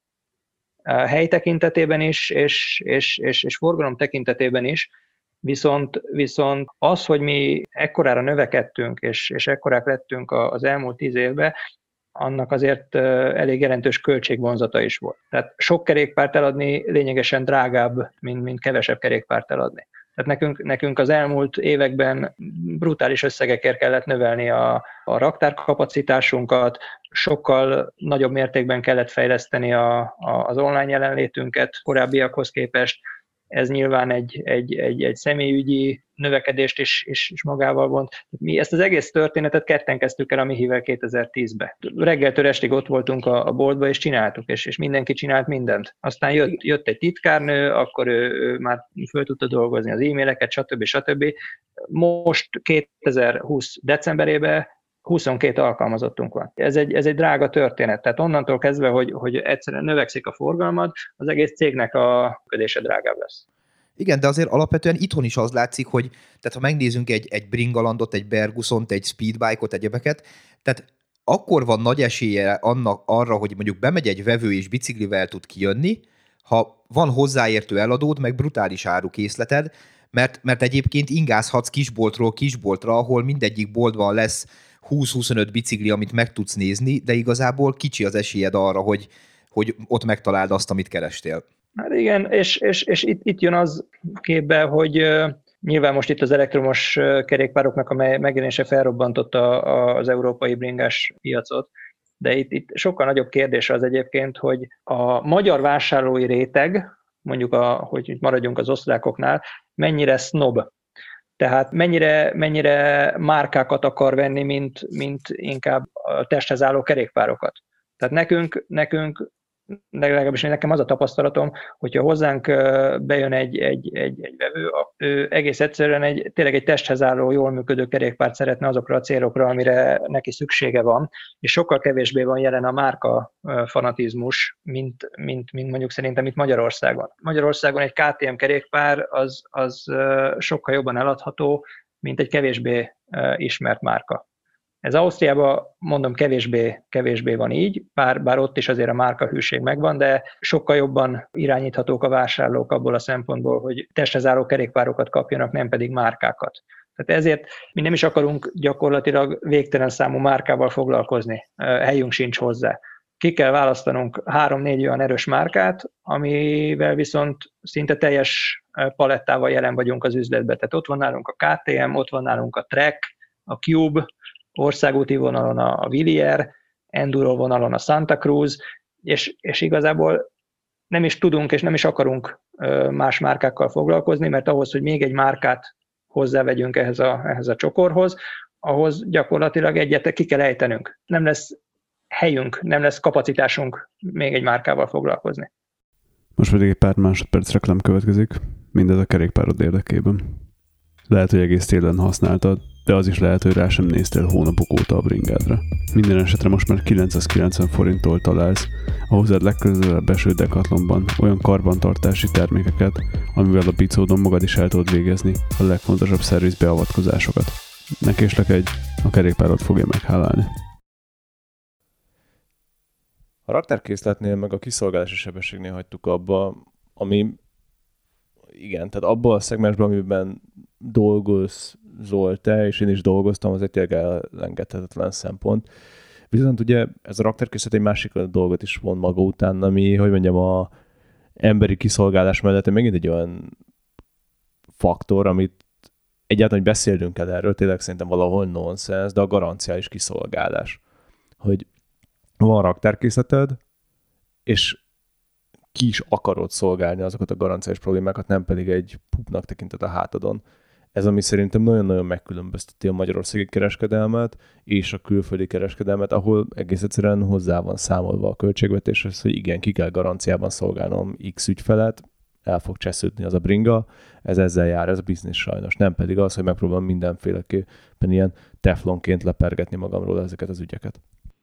A hely tekintetében is, és, és, és, és forgalom tekintetében is, viszont, viszont az, hogy mi ekkorára növekedtünk, és, és ekkorák lettünk az elmúlt tíz évben, annak azért elég jelentős költségvonzata is volt. Tehát sok kerékpárt eladni lényegesen drágább, mint, mint kevesebb kerékpárt eladni. Tehát nekünk, nekünk az elmúlt években brutális összegekért kellett növelni a, a raktárkapacitásunkat, sokkal nagyobb mértékben kellett fejleszteni a, a, az online jelenlétünket korábbiakhoz képest. Ez nyilván egy, egy, egy, egy személyügyi növekedést is, is, is magával vont. Mi ezt az egész történetet ketten kezdtük el a Mihivel kétezer-tízben. Reggeltől estig ott voltunk a, a boltba, és csináltuk, és, és mindenki csinált mindent. Aztán jött, jött egy titkárnő, akkor ő, ő már föl tudta dolgozni az e-maileket, stb. stb. Most kétezer-húsz decemberében huszonkét alkalmazottunk van. Ez egy, ez egy drága történet. Tehát onnantól kezdve, hogy, hogy egyszerűen növekszik a forgalmad, az egész cégnek a működése drágább lesz. Igen, de azért alapvetően itthon is az látszik, hogy tehát ha megnézzünk egy, egy Bringalandot, egy Bergussont, egy Speedbike-ot, egyebeket, tehát akkor van nagy esélye annak arra, hogy mondjuk bemegy egy vevő és biciklivel tud kijönni, ha van hozzáértő eladód, meg brutális árukészleted, mert, mert egyébként ingázhatsz kisboltról kisboltra, ahol mindegyik boltban lesz húsz-huszonöt bicikli, amit meg tudsz nézni, de igazából kicsi az esélyed arra, hogy, hogy ott megtaláld azt, amit kerestél. Hát igen, és, és, és itt, itt jön az képbe, hogy uh, nyilván most itt az elektromos uh, kerékpároknak a megjelenése felrobbantotta az európai bringás piacot, de itt, itt sokkal nagyobb kérdés az egyébként, hogy a magyar vásárlói réteg, mondjuk, a, hogy maradjunk az osztrákoknál, mennyire snob. Tehát mennyire, mennyire márkákat akar venni, mint, mint inkább a testhez álló kerékpárokat. Tehát nekünk, nekünk legalábbis nekem az a tapasztalatom, hogyha hozzánk bejön egy, egy, egy, egy vevő, ő egész egyszerűen egy, tényleg egy testhez álló, jól működő kerékpárt szeretne azokra a célokra, amire neki szüksége van, és sokkal kevésbé van jelen a márka fanatizmus, mint, mint, mint mondjuk szerintem itt Magyarországon. Magyarországon egy ká té em kerékpár az, az sokkal jobban eladható, mint egy kevésbé ismert márka. Ez Ausztriában, mondom, kevésbé, kevésbé van így, bár, bár ott is azért a márkahűség megvan, de sokkal jobban irányíthatók a vásárlók abból a szempontból, hogy testhez álló kerékpárokat kapjanak, nem pedig márkákat. Tehát ezért mi nem is akarunk gyakorlatilag végtelen számú márkával foglalkozni, helyünk sincs hozzá. Ki kell választanunk három-négy olyan erős márkát, amivel viszont szinte teljes palettával jelen vagyunk az üzletben. Tehát ott van nálunk a ká té em, ott van nálunk a Trek, a Cube, országúti vonalon a Villiers, enduro vonalon a Santa Cruz, és, és igazából nem is tudunk és nem is akarunk más márkákkal foglalkozni, mert ahhoz, hogy még egy márkát hozzávegyünk ehhez a, ehhez a csokorhoz, ahhoz gyakorlatilag egyet ki kell ejtenünk. Nem lesz helyünk, nem lesz kapacitásunk még egy márkával foglalkozni. Most pedig egy pár másodperc reklám következik, mindez a kerékpárod érdekében. Lehet, hogy egész télen használtad, de az is lehet, hogy rá sem néztél hónapok óta a bringádra. Minden esetre most már kilencszázkilencven forinttól találsz a hozzád legközelebb eső Decathlonban olyan karbantartási termékeket, amivel a bicódon magad is el tudod végezni a legfontosabb szervizbeavatkozásokat. Ne késlekedj, a kerékpárod fogja meghálálni. A raktárkészletnél meg a kiszolgálási sebességnél hagytuk abba, ami igen, tehát abban a szegmensben, amiben dolgozol te, és én is dolgoztam, az egy tényleg elengedhetetlen szempont. Viszont ugye ez a raktárkészlet egy másik dolgot is von maga után, ami, hogy mondjam, a emberi kiszolgálás mellett megint egy olyan faktor, amit egyáltalán, hogy beszélünk el erről, tényleg szerintem valahol nonsens, de a garanciális kiszolgálás. Hogy van raktárkészleted, és ki is akarod szolgálni azokat a garanciális problémákat, nem pedig egy pupnak tekinted a hátadon. Ez, ami szerintem nagyon-nagyon megkülönbözteti a magyarországi kereskedelmet és a külföldi kereskedelmet, ahol egész egyszerűen hozzá van számolva a költségvetéshez, hogy igen, ki kell garanciában szolgálnom X ügyfelet, el fog csesződni az a bringa, ez ezzel jár, ez a biznisz sajnos. Nem pedig az, hogy megpróbálom mindenféleképpen ilyen teflonként lepergetni magamról ezeket az ügyeket.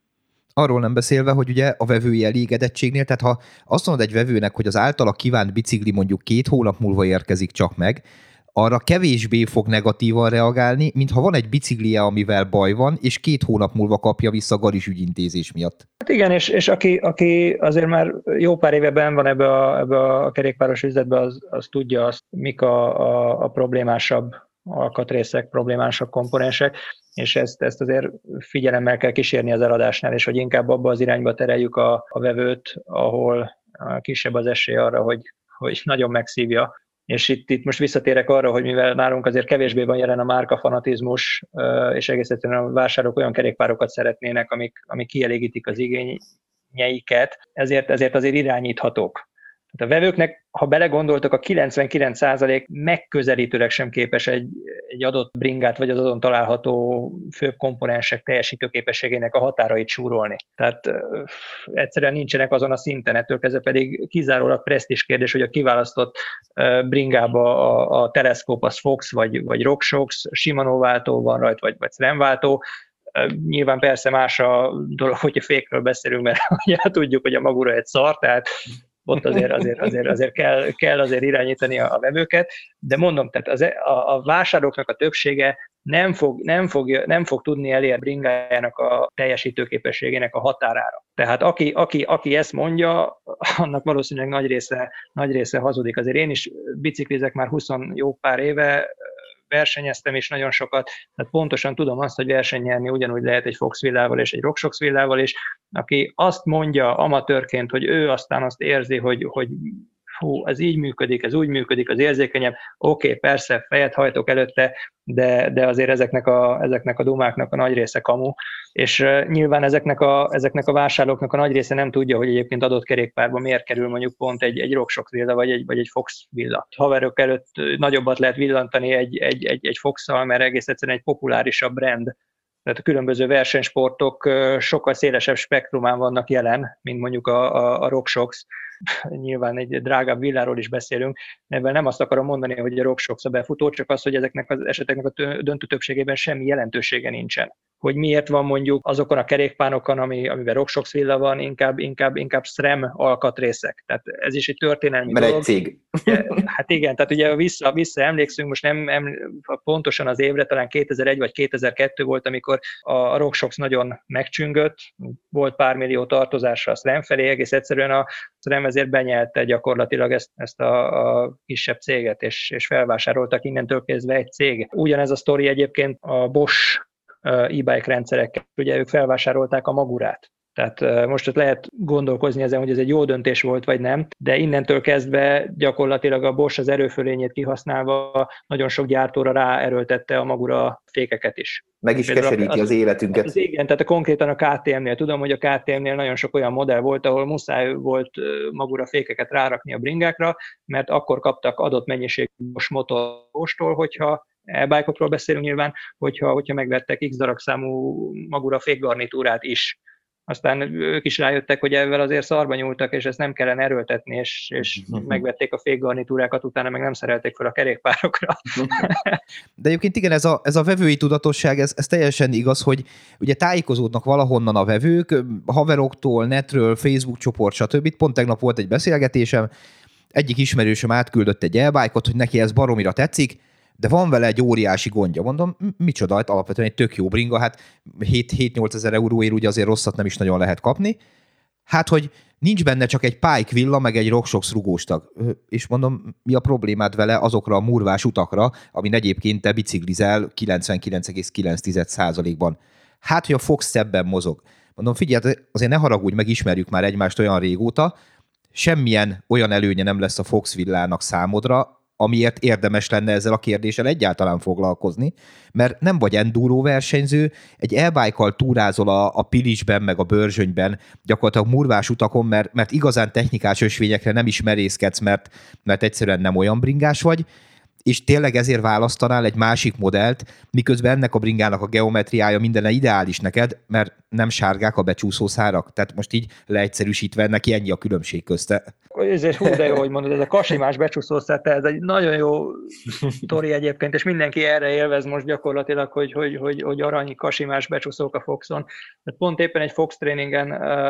Arról nem beszélve, hogy ugye a vevői elégedettségnél, tehát ha azt mondod egy vevőnek, hogy az általa kívánt bicikli mondjuk két hónap múlva érkezik csak meg, arra kevésbé fog negatívan reagálni, mint ha van egy biciklije, amivel baj van, és két hónap múlva kapja vissza garizs ügyintézés miatt. Hát igen, és, és aki, aki azért már jó pár éve benn van ebbe a, ebbe a kerékpáros üzletbe, az, az tudja azt, mik a, a, a problémásabb alkatrészek, problémásabb komponensek, és ezt, ezt azért figyelemmel kell kísérni az eladásnál, és hogy inkább abba az irányba tereljük a, a vevőt, ahol kisebb az esély arra, hogy, hogy nagyon megszívja. És itt, itt most visszatérek arra, hogy mivel nálunk azért kevésbé van jelen a márkafanatizmus, és egész egyszerűen a vásárlók olyan kerékpárokat szeretnének, amik, amik kielégítik az igényeiket, ezért, ezért azért irányíthatók. Tehát a vevőknek, ha belegondoltok, a kilencvenkilenc százalék megközelítőleg sem képes egy, egy adott bringát, vagy az azon található főbb komponensek teljesítőképességének a határait súrolni. Tehát ö, egyszerűen nincsenek azon a szinten, ettől kezdve pedig kizárólag presztízs kérdés, hogy a kiválasztott ö, bringába a, a teleszkóp az Fox, vagy, vagy RockShox, Shimano váltó van rajta, vagy, vagy SRAM váltó. Nyilván persze más a dolog, hogyha fékről beszélünk, mert ugye tudjuk, hogy a Magura egy szar, tehát ott azért, azért, azért, azért kell, kell azért irányítani a, a vevőket, de mondom, tehát az, a, a vásárlóknak a többsége nem fog, nem, fog, nem fog tudni elérni bringájának a teljesítőképességének a határára. Tehát aki, aki, aki ezt mondja, annak valószínűleg nagy része, nagy része hazudik. Azért én is biciklizek már húsz jó pár éve, versenyeztem is nagyon sokat, tehát pontosan tudom azt, hogy versenyelni ugyanúgy lehet egy Fox villával és egy RockShox villával is. Aki azt mondja amatőrként, hogy ő aztán azt érzi, hogy, hogy hú, ez így működik, ez úgy működik, az érzékenyebb, oké, okay, persze, fejet hajtok előtte, de, de azért ezeknek a, ezeknek a dumáknak a nagy része kamu, és uh, nyilván ezeknek a, ezeknek a vásárlóknak a nagy része nem tudja, hogy egyébként adott kerékpárban miért kerül mondjuk pont egy, egy RockShox villa, vagy egy, vagy egy Fox villa. Haverok előtt nagyobbat lehet villantani egy, egy, egy, egy Fox-szal, mert egész egyszerűen egy populárisabb brand. Tehát a különböző versenysportok sokkal szélesebb spektrumán vannak jelen, mint mondjuk a, a, a RockShox. Nyilván egy drágább villáról is beszélünk, ebben nem azt akarom mondani, hogy a RockShox a befutó, csak az, hogy ezeknek az eseteknek a döntő többségében semmi jelentősége nincsen. Hogy miért van mondjuk azokon a kerékpárokon, ami, amiben RockShox villa van, inkább, inkább, inkább SRAM alkatrészek. Tehát ez is egy történelmi Mert dolog. egy cég. Hát igen, tehát ugye vissza, vissza emlékszünk, most nem, nem pontosan az évre, talán kétezer-egy vagy kétezer-kettő volt, amikor a RockShox nagyon megcsüngött, volt pár millió tartozásra a SRAM felé, egész egyszerűen a SRAM ezért benyelte gyakorlatilag ezt, ezt a, a kisebb céget, és, és felvásároltak innentől kezdve egy cég. Ugyanez a sztori egyébként a Bosch e-bike rendszerekkel. Ugye ők felvásárolták a Magurát. Tehát most ott lehet gondolkozni ezen, hogy ez egy jó döntés volt, vagy nem, de innentől kezdve gyakorlatilag a Bosch az erőfölényét kihasználva nagyon sok gyártóra ráerőltette a Magura fékeket is. Meg is Például keseríti az, az életünket. Az igen, tehát a konkrétan a ká té em-nél tudom, hogy a ká té em-nél nagyon sok olyan modell volt, ahol muszáj volt Magura fékeket rárakni a bringákra, mert akkor kaptak adott mennyiségű Bosch motort, hogyha e-bike-okról beszélünk nyilván, hogyha, hogyha megvettek X darab számú Magura fékgarnitúrát is. Aztán ők is rájöttek, hogy ezzel azért szarba nyúltak, és ezt nem kellene erőltetni, és, és megvették a fékgarnitúrákat, utána meg nem szerelték fel a kerékpárokra. De egyébként igen, ez a, ez a vevői tudatosság, ez, ez teljesen igaz, hogy ugye tájékozódnak valahonnan a vevők, haveroktól, netről, Facebook csoport, stb. Pont tegnap volt egy beszélgetésem, egyik ismerősöm átküldött egy e-bike-ot, hogy neki ez baromira tetszik, de van vele egy óriási gondja. Mondom, micsoda, alapvetően egy tök jó bringa, hát hét-nyolc ezer euróért ugye azért rosszat nem is nagyon lehet kapni. Hát, hogy nincs benne csak egy Pike villa, meg egy RockShox rugóstag. És mondom, mi a problémád vele azokra a murvás utakra, amin egyébként te biciklizel kilencvenkilenc egész kilenc százalékban. Hát, hogy a Fox ebben mozog. Mondom, figyelj, azért ne haragudj, megismerjük már egymást olyan régóta, semmilyen olyan előnye nem lesz a Fox villának számodra, amiért érdemes lenne ezzel a kérdéssel egyáltalán foglalkozni, mert nem vagy enduro versenyző, egy e-bike-kal túrázol a, a Pilisben, meg a Börzsönyben, gyakorlatilag murvás utakon, mert, mert igazán technikás ösvényekre nem is merészkedsz, mert, mert egyszerűen nem olyan bringás vagy, és tényleg ezért választanál egy másik modellt, miközben ennek a bringának a geometriája minden ideális neked, mert nem sárgák a becsúszó szárak. Tehát most így leegyszerűsítve neki ennyi a különbség közte. Ez hú, de jó, hogy mondod, ez a kasimás becsúszó szár, ez egy nagyon jó sztori egyébként, és mindenki erre élvez most gyakorlatilag, hogy, hogy, hogy, hogy aranyi kasimás becsúszók a Foxon. Tehát pont éppen egy Fox tréningen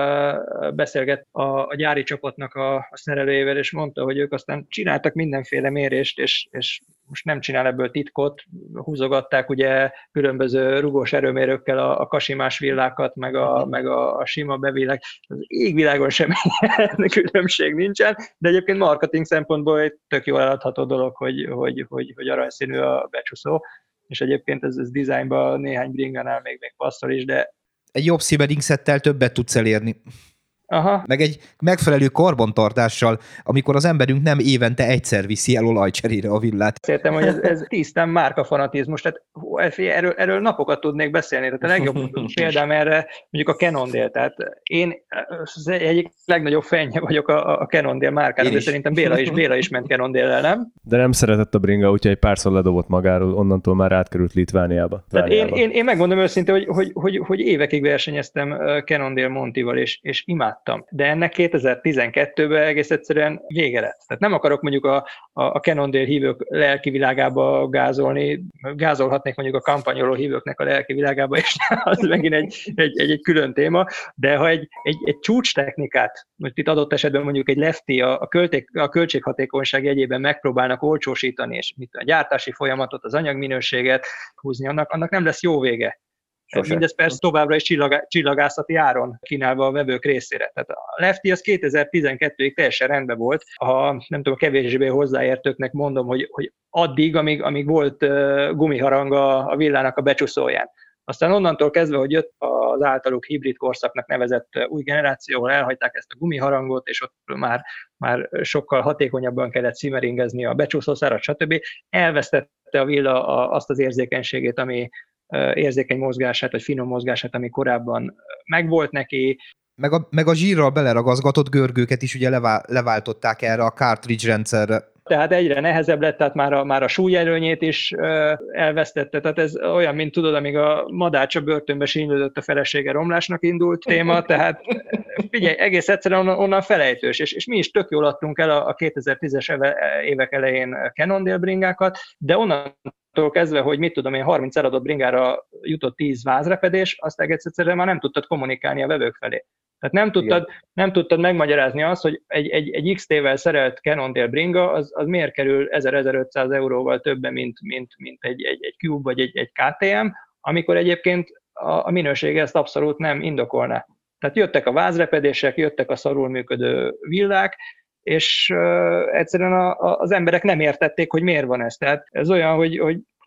uh, beszélget a, a gyári csapatnak a, a szerelőjével, és mondta, hogy ők aztán csináltak mindenféle mérést, és, és most nem csinál ebből titkot, húzogatták ugye különböző rugós erőmérőkkel a, a kasimás villákat, meg a, meg a, a sima bevilák. Az égvilágon semmi különbség nincsen, de egyébként marketing szempontból egy tök jól eladható dolog, hogy, hogy, hogy, hogy aranyszínű a becsúszó, és egyébként ez, ez dizájnban néhány bringánál még, még passzol is, de... Egy jobb szíveding szettel többet tudsz elérni. Aha. Meg egy megfelelő karbantartással, amikor az emberünk nem évente egyszer viszi el olajcserére a villát. Szerintem, hogy ez, ez tisztán márkafanatizmus, tehát erről, erről napokat tudnék beszélni. Tehát a legjobb példám erre mondjuk a Cannondale. Tehát én az egyik legnagyobb fenje vagyok a, a Cannondale márkának, de szerintem Béla is, Béla is ment Cannondale-el, nem? De nem szeretett a bringa, úgyhogy egy párszor ledobott magáról, onnantól már átkerült Litvániába. Tehát én, én, én megmondom őszintén, hogy, hogy, hogy, hogy évekig versenyeztem Cannondale Montival, és, és imádtam. De ennek kétezer-tizenkettőben egész egyszerűen vége lett. Tehát nem akarok mondjuk a, a, a Cannondale hívők lelki világába gázolni, gázolhatnék mondjuk a kampanyoló hívőknek a lelki világába, és az megint egy, egy, egy, egy külön téma, de ha egy, egy, egy csúcs technikát, most itt adott esetben mondjuk egy lefty a, a, költék, a költséghatékonyság jegyében megpróbálnak olcsósítani, és mit a gyártási folyamatot, az anyagminőséget húzni, annak, annak nem lesz jó vége. Sose. Mindez persze továbbra is csillag, csillagászati áron kínálva a vevők részére. Tehát a lefty az kétezer-tizenkettőig teljesen rendben volt. Ha nem tudom, kevésbé hozzáértőknek mondom, hogy, hogy addig, amíg, amíg volt uh, gumiharang a, a villának a becsúszóján. Aztán onnantól kezdve, hogy jött az általuk hibrid korszaknak nevezett új generáció, ahol elhagyták ezt a gumiharangot, és ott már, már sokkal hatékonyabban kellett szimeringezni a becsúszószárat, stb. Elvesztette a villa azt az érzékenységét, ami érzékeny mozgását, vagy finom mozgását, ami korábban megvolt neki. Meg a, meg a zsírral beleragazgatott görgőket is ugye levá, leváltották erre a cartridge rendszerre. Tehát egyre nehezebb lett, tehát már a, már a súlyerőnyét is ö, elvesztette. Tehát ez olyan, mint tudod, amíg a madács a börtönbe sínylődött, a felesége romlásnak indult téma, tehát figyelj, egész egyszerűen onnan, onnan felejtős, és, és mi is tök jól adtunk el a, a kétezer-tízes évek elején Cannondale bringákat, de onnan kezdve, hogy mit tudom én, harminc eladott bringára jutott tíz vázrepedés, azt egész egyszerűen már nem tudtad kommunikálni a vevők felé. Tehát nem tudtad, nem tudtad megmagyarázni azt, hogy egy, egy, egy iksz té-vel szerelt Cannondale bringa, az, az miért kerül ezer-ezerötszáz euróval többen, mint, mint, mint egy, egy, egy Cube vagy egy, egy ká té em, amikor egyébként a, a minősége ezt abszolút nem indokolná. Tehát jöttek a vázrepedések, jöttek a szarul működő villák, és uh, egyszerűen a, a, az emberek nem értették, hogy miért van ez. Tehát ez olyan, hogy, hogy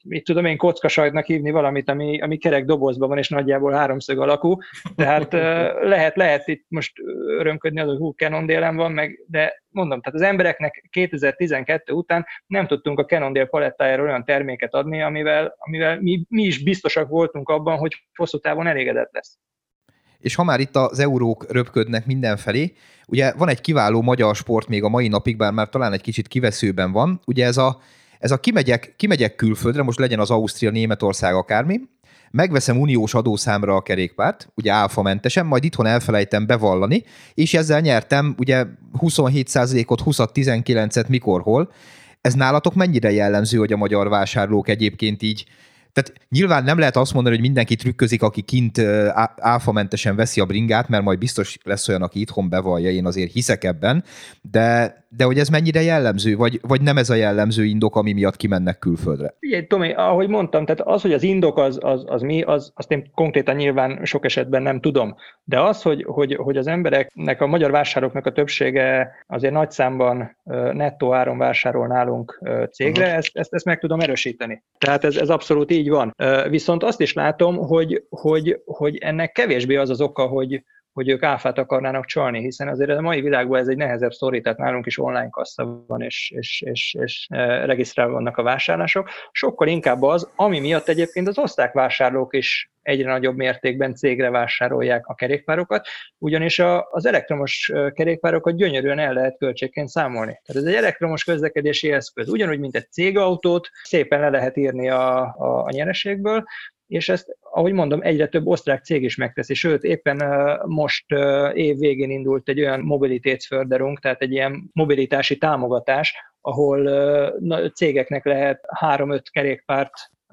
mit tudom én, kockasajtnak hívni valamit, ami, ami kerek dobozban van, és nagyjából háromszög alakú. Tehát lehet, lehet itt most örömködni az, hogy hú, Cannondale-en van, meg, de mondom, tehát az embereknek kétezer-tizenkettő után nem tudtunk a Cannondale palettájáról olyan terméket adni, amivel, amivel mi, mi is biztosak voltunk abban, hogy hosszú távon elégedett lesz. És ha már itt az eurók röpködnek mindenfelé, ugye van egy kiváló magyar sport még a mai napig, bár már talán egy kicsit kiveszőben van, ugye ez a, ez a kimegyek, kimegyek külföldre, most legyen az Ausztria, Németország, akármi, megveszem uniós adószámra a kerékpárt, ugye áfamentesen, majd itthon elfelejtem bevallani, és ezzel nyertem ugye huszonhét százalékot, húsz tizenkilencet, mikor, hol. Ez nálatok mennyire jellemző, hogy a magyar vásárlók egyébként így, tehát nyilván nem lehet azt mondani, hogy mindenki trükközik, aki kint áfamentesen veszi a bringát, mert majd biztos lesz olyan, aki itthon bevallja, én azért hiszek ebben, de, de hogy ez mennyire jellemző, vagy, vagy nem ez a jellemző indok, ami miatt kimennek külföldre? Figyelj, Tomi, ahogy mondtam, tehát az, hogy az indok az, az, az mi, az, azt én konkrétan nyilván sok esetben nem tudom, de az, hogy, hogy, hogy az embereknek, a magyar vásároknak a többsége azért nagy számban nettó áron vásárol nálunk cégre, ezt, ezt, ezt meg tudom erősíteni. Tehát ez, ez abszolút így van. Viszont azt is látom, hogy, hogy, hogy ennek kevésbé az az oka, hogy, hogy ők áfát akarnának csalni, hiszen azért a mai világban ez egy nehezebb sztori, tehát nálunk is online kassa van, és, és, és, és regisztrálva vannak a vásárlások. Sokkal inkább az, ami miatt egyébként az osztrák vásárlók is egyre nagyobb mértékben cégre vásárolják a kerékpárokat, ugyanis a, az elektromos kerékpárokat gyönyörűen el lehet költségként számolni. Tehát ez egy elektromos közlekedési eszköz, ugyanúgy, mint egy cégautót, szépen le lehet írni a, a, a nyereségből, és ezt, ahogy mondom, egyre több osztrák cég is megteszi, sőt, éppen most év végén indult egy olyan mobilitätsförderung, tehát egy ilyen mobilitási támogatás, ahol cégeknek lehet három-öt kerékpárt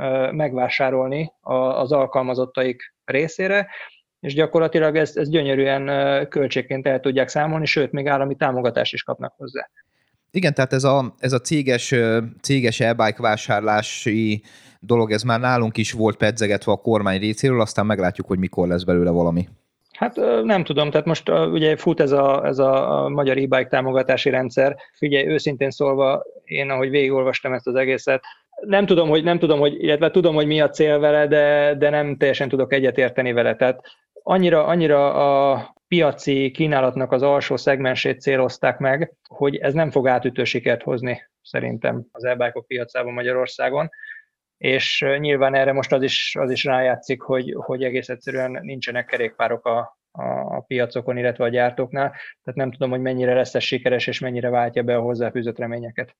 megvásárolni az alkalmazottaik részére, és gyakorlatilag ezt, ezt gyönyörűen költségként el tudják számolni, sőt, még állami támogatást is kapnak hozzá. Igen, tehát ez a, ez a céges, céges e-bike vásárlási dolog, ez már nálunk is volt pedzegetve a kormány részéről, aztán meglátjuk, hogy mikor lesz belőle valami. Hát nem tudom, tehát most ugye fut ez a, ez a magyar e-bike támogatási rendszer. Figyelj, őszintén szólva, én ahogy végigolvastam ezt az egészet, nem tudom, hogy, nem tudom, hogy, illetve tudom, hogy mi a cél vele, de, de nem teljesen tudok egyetérteni vele. Tehát annyira, annyira a piaci kínálatnak az alsó szegmensét célozták meg, hogy ez nem fog átütő sikert hozni szerintem az e-bike-ok piacában Magyarországon. És nyilván erre most az is, az is rájátszik, hogy, hogy egész egyszerűen nincsenek kerékpárok a, a piacokon, illetve a gyártóknál, tehát nem tudom, hogy mennyire lesz ez sikeres, és mennyire váltja be a hozzáfűzött reményeket.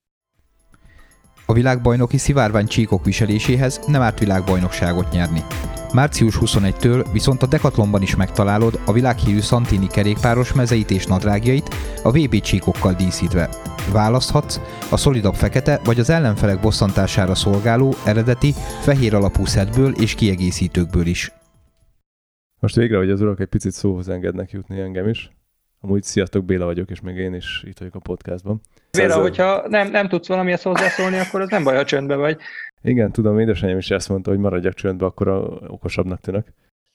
A világbajnoki szivárvány csíkok viseléséhez nem árt világbajnokságot nyerni. március huszonegyedikétől viszont a Decathlonban is megtalálod a világhírű Santini kerékpáros mezeit és nadrágjait a vé bé csíkokkal díszítve. Választhatsz a szolidabb fekete vagy az ellenfelek bosszantására szolgáló eredeti fehér alapú szetből és kiegészítőkből is. Most végre, hogy az urak egy picit szóhoz engednek jutni engem is. Amúgy sziasztok, Béla vagyok, és még én is itt vagyok a podcastban. Béla, hogyha nem, nem tudsz valamihez hozzászólni, akkor az nem baj, ha csöndbe vagy. Igen, tudom, édesanyám is ezt mondta, hogy maradjak csöndbe, akkor a okosabbnak tűnök.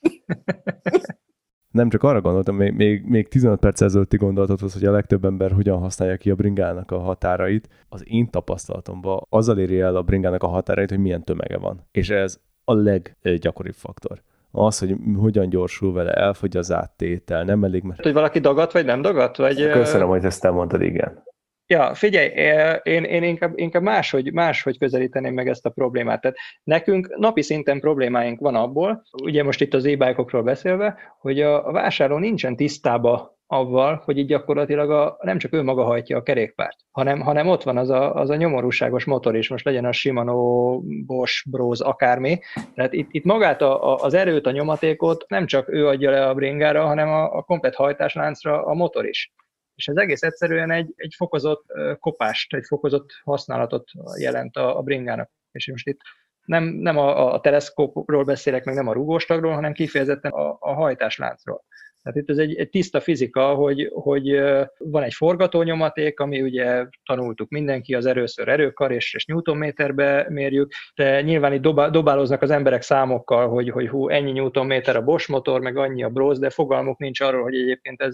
Nem csak arra gondoltam, még, még, még tizenöt perc ezelőtti gondolatod, hogy a legtöbb ember hogyan használja ki a bringának a határait. Az én tapasztalatomban azzal éri el a bringának a határait, hogy milyen tömege van. És ez a leggyakoribb faktor. Az, hogy hogyan gyorsul vele, elfogy az áttétel, nem elég... Mert... Hogy valaki dagat, vagy nem dagat? Vagy... Köszönöm, hogy ezt elmondtad, igen. Ja, figyelj, én, én inkább, inkább máshogy, máshogy közelíteném meg ezt a problémát. Tehát nekünk napi szinten problémáink van abból, ugye most itt az e-bike-okról beszélve, hogy a, a vásárló nincsen tisztába avval, hogy így gyakorlatilag a, nem csak ő maga hajtja a kerékpárt, hanem, hanem ott van az a, az a nyomorúságos motor is, most legyen a Shimano, Bosch, Brose, akármi. Tehát itt, itt magát a, a, az erőt, a nyomatékot nem csak ő adja le a bringára, hanem a, a komplett hajtásláncra a motor is. És ez egész egyszerűen egy, egy fokozott kopást, egy fokozott használatot jelent a, a bringának. És most itt nem, nem a, a teleszkópról beszélek, meg nem a rúgóstagról, hanem kifejezetten a, a hajtásláncról. Tehát itt ez egy, egy tiszta fizika, hogy, hogy van egy forgatónyomaték, ami ugye tanultuk mindenki, az erőször erőkar és, és newtonméterbe mérjük, de nyilván itt dobál, dobáloznak az emberek számokkal, hogy, hogy hú, ennyi newtonméter a Bosch motor, meg annyi a Brose, de fogalmuk nincs arról, hogy egyébként ez,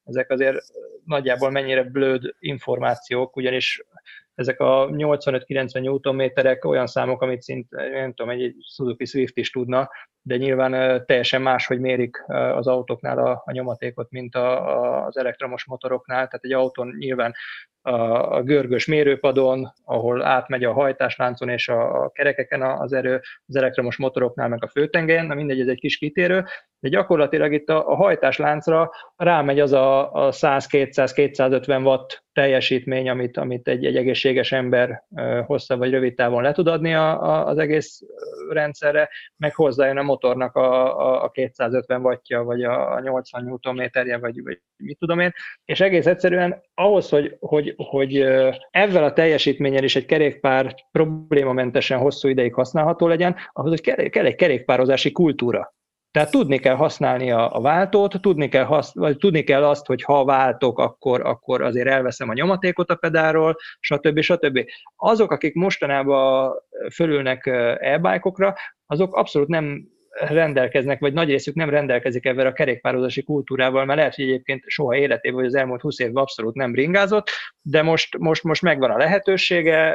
ezek azért nagyjából mennyire blöd információk, ugyanis ezek a nyolcvanöt-kilencven newtonméterek olyan számok, amit szinte, nem tudom, egy Suzuki Swift is tudna, de nyilván teljesen máshogy mérik az autóknál a, a nyomatékot, mint a, a, az elektromos motoroknál. Tehát egy autón nyilván a, a görgős mérőpadon, ahol átmegy a hajtásláncon és a, a kerekeken az erő, az elektromos motoroknál meg a főtengelyen, na mindegy, ez egy kis kitérő, de gyakorlatilag itt a, a hajtásláncra rámegy az a, a száz-kétszáz-kétszázötven watt teljesítmény, amit, amit egy, egy egészséges ember hosszabb vagy rövid távon le tud adni a, a, az egész rendszerre, meg hozzájön a motornak a, a, a kétszázötven wattja, vagy a, a nyolcvan newtonméterje, vagy, vagy mit tudom én, és egész egyszerűen ahhoz, hogy, hogy, hogy ezzel a teljesítménnyel is egy kerékpár problémamentesen hosszú ideig használható legyen, ahhoz hogy kell egy kerékpározási kultúra. Tehát tudni kell használni a, a váltót, tudni kell, hasz, vagy tudni kell azt, hogy ha váltok, akkor, akkor azért elveszem a nyomatékot a pedálról, stb. stb. Azok, akik mostanában fölülnek e-bike-okra, azok abszolút nem rendelkeznek, vagy nagy részük nem rendelkezik ebben a kerékpározási kultúrával, mert lehet, hogy egyébként soha életében, vagy az elmúlt húsz évben abszolút nem bringázott, de most, most, most megvan a lehetősége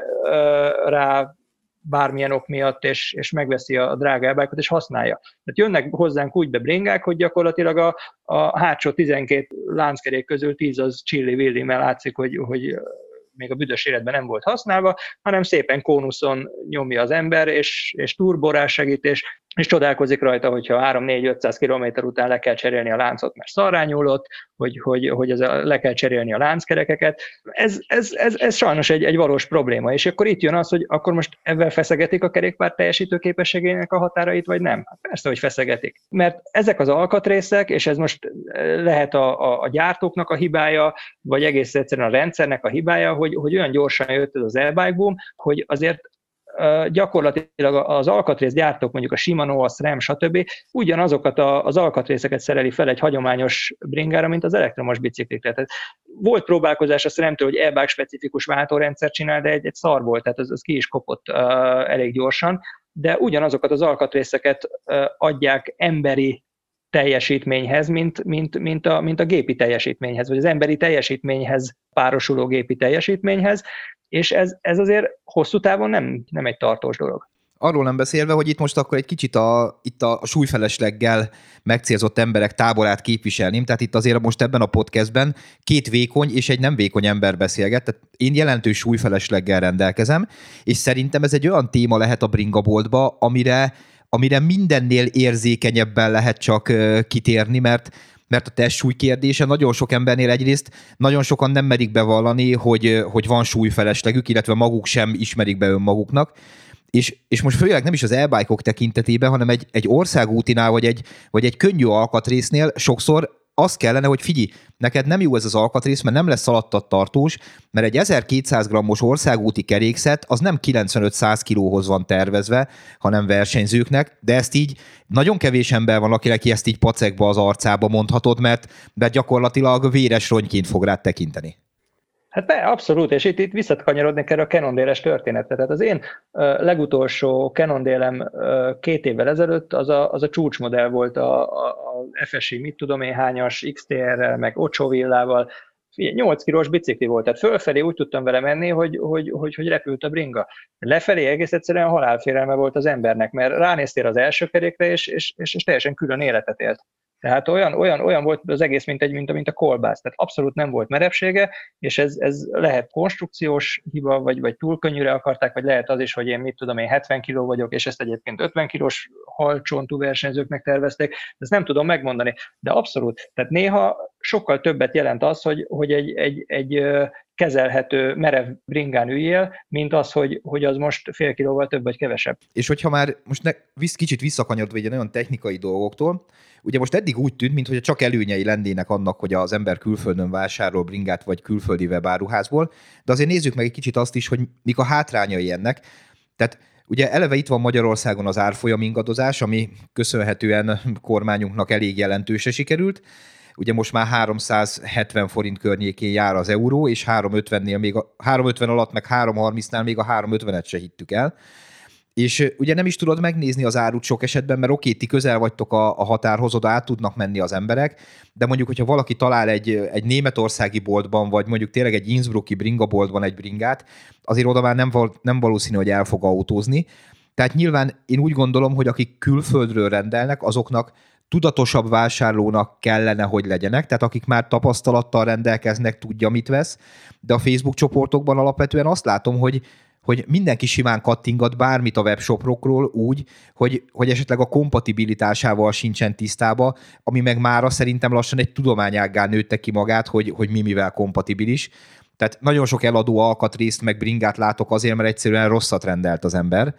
rá, bármilyen ok miatt, és, és megveszi a drága e-bike-ot, és használja. Tehát jönnek hozzánk úgy be bringák, hogy gyakorlatilag a, a hátsó tizenkét lánckerék közül tíz az csilli-villi, mert látszik, hogy, hogy még a büdös életben nem volt használva, hanem szépen kónuszon nyomja az ember, és, és turborás segítés, és csodálkozik rajta, hogyha három-négy-ötszáz kilométer után le kell cserélni a láncot, mert szarrányúlott, hogy, hogy, hogy ez a, le kell cserélni a lánckerekeket. Ez, ez, ez, ez sajnos egy, egy valós probléma, és akkor itt jön az, hogy akkor most ebben feszegetik a kerékpár teljesítő képességének a határait, vagy nem? Hát persze, hogy feszegetik. Mert ezek az alkatrészek, és ez most lehet a, a, a gyártóknak a hibája, vagy egész egyszerűen a rendszernek a hibája, hogy, hogy olyan gyorsan jött ez az e-bike boom, hogy azért gyakorlatilag az alkatrészgyártók, mondjuk a Shimano, a SRAM, stb. Ugyanazokat az alkatrészeket szereli fel egy hagyományos bringára, mint az elektromos biciklikre. Tehát volt próbálkozás a SRAM-től, hogy e-bike specifikus váltórendszer csinál, de egy, egy szar volt, tehát az, az ki is kopott uh, elég gyorsan, de ugyanazokat az alkatrészeket uh, adják emberi teljesítményhez, mint, mint, mint, a, mint a gépi teljesítményhez, vagy az emberi teljesítményhez párosuló gépi teljesítményhez, és ez, ez azért hosszú távon nem, nem egy tartós dolog. Arról nem beszélve, hogy itt most akkor egy kicsit a, itt a súlyfelesleggel megcélzott emberek táborát képviselném, tehát itt azért most ebben a podcastben két vékony és egy nem vékony ember beszélget, tehát én jelentős súlyfelesleggel rendelkezem, és szerintem ez egy olyan téma lehet a bringaboltba, amire, amire mindennél érzékenyebben lehet csak kitérni, mert mert a testsúly kérdése nagyon sok embernél egyrészt nagyon sokan nem merik bevallani, hogy, hogy van súlyfeleslegük, illetve maguk sem ismerik be önmaguknak. És, és most főleg nem is az e-bike-ok tekintetében, hanem egy, egy országútinál, vagy egy, vagy egy könnyű alkatrésznél sokszor az kellene, hogy figyelj, neked nem jó ez az alkatrész, mert nem lesz alattad tartós, mert egy ezerkétszáz grammos országúti kerékszet az nem kilencvenöt-száz kilóhoz van tervezve, hanem versenyzőknek, de ezt így nagyon kevés ember van, akinek ezt így pacekba az arcába mondhatod, mert, mert gyakorlatilag véres rongyként fog rád tekinteni. Hát be, abszolút, és itt, itt visszakanyarodni kell a Cannondale-es történetre. Tehát az én uh, legutolsó Cannondale-em uh, két évvel ezelőtt az a, az a csúcsmodell volt a, a, a ef es i, mit tudom én hányas, iksz té er-rel, meg Ocsovillával. nyolc kilós bicikli volt, tehát fölfelé úgy tudtam vele menni, hogy, hogy, hogy, hogy repült a bringa. Lefelé egész egyszerűen halálfélelme volt az embernek, mert ránéztél az első kerékre, és, és, és, és teljesen külön életet élt. Tehát olyan, olyan, olyan volt az egész, mint, egy, mint, a, mint a kolbász. Tehát abszolút nem volt merevsége, és ez, ez lehet konstrukciós hiba, vagy, vagy túl könnyűre akarták, vagy lehet az is, hogy én mit tudom, én hetven kiló vagyok, és ezt egyébként ötven kilós halcsontú versenyzőknek tervezték. Ezt nem tudom megmondani, de abszolút. Tehát néha sokkal többet jelent az, hogy, hogy egy, egy, egy kezelhető, merev bringán üljél, mint az, hogy, hogy az most fél kilóval több vagy kevesebb. És hogyha már most ne, visz, kicsit visszakanyarodva egy olyan technikai dolgoktól, ugye most eddig úgy tűnt, mintha csak előnyei lennének annak, hogy az ember külföldön vásárol bringát, vagy külföldi webáruházból, de azért nézzük meg egy kicsit azt is, hogy mik a hátrányai ennek. Tehát ugye eleve itt van Magyarországon az árfolyam ingadozás, ami köszönhetően kormányunknak elég jelentősre sikerült. Ugye most már háromszázhetven forint környékén jár az euró, és háromszázötvennél még a háromszázötven alatt, meg háromszázharmincnál még a háromszázötvenet se hittük el. És ugye nem is tudod megnézni az árut sok esetben, mert oké, ti közel vagytok a, a határhoz, oda át tudnak menni az emberek, de mondjuk, hogyha valaki talál egy, egy németországi boltban, vagy mondjuk tényleg egy innsbrucki bringaboltban egy bringát, azért oda már nem, nem valószínű, hogy el fog autózni. Tehát nyilván én úgy gondolom, hogy akik külföldről rendelnek, azoknak tudatosabb vásárlónak kellene, hogy legyenek, tehát akik már tapasztalattal rendelkeznek, tudja, mit vesz, de a Facebook csoportokban alapvetően azt látom, hogy hogy mindenki simán kattingat bármit a webshopokról úgy, hogy, hogy esetleg a kompatibilitásával sincsen tisztába, ami meg mára szerintem lassan egy tudományággá nőtte ki magát, hogy, hogy mi mivel kompatibilis. Tehát nagyon sok eladó alkatrészt meg bringát látok azért, mert egyszerűen rosszat rendelt az ember.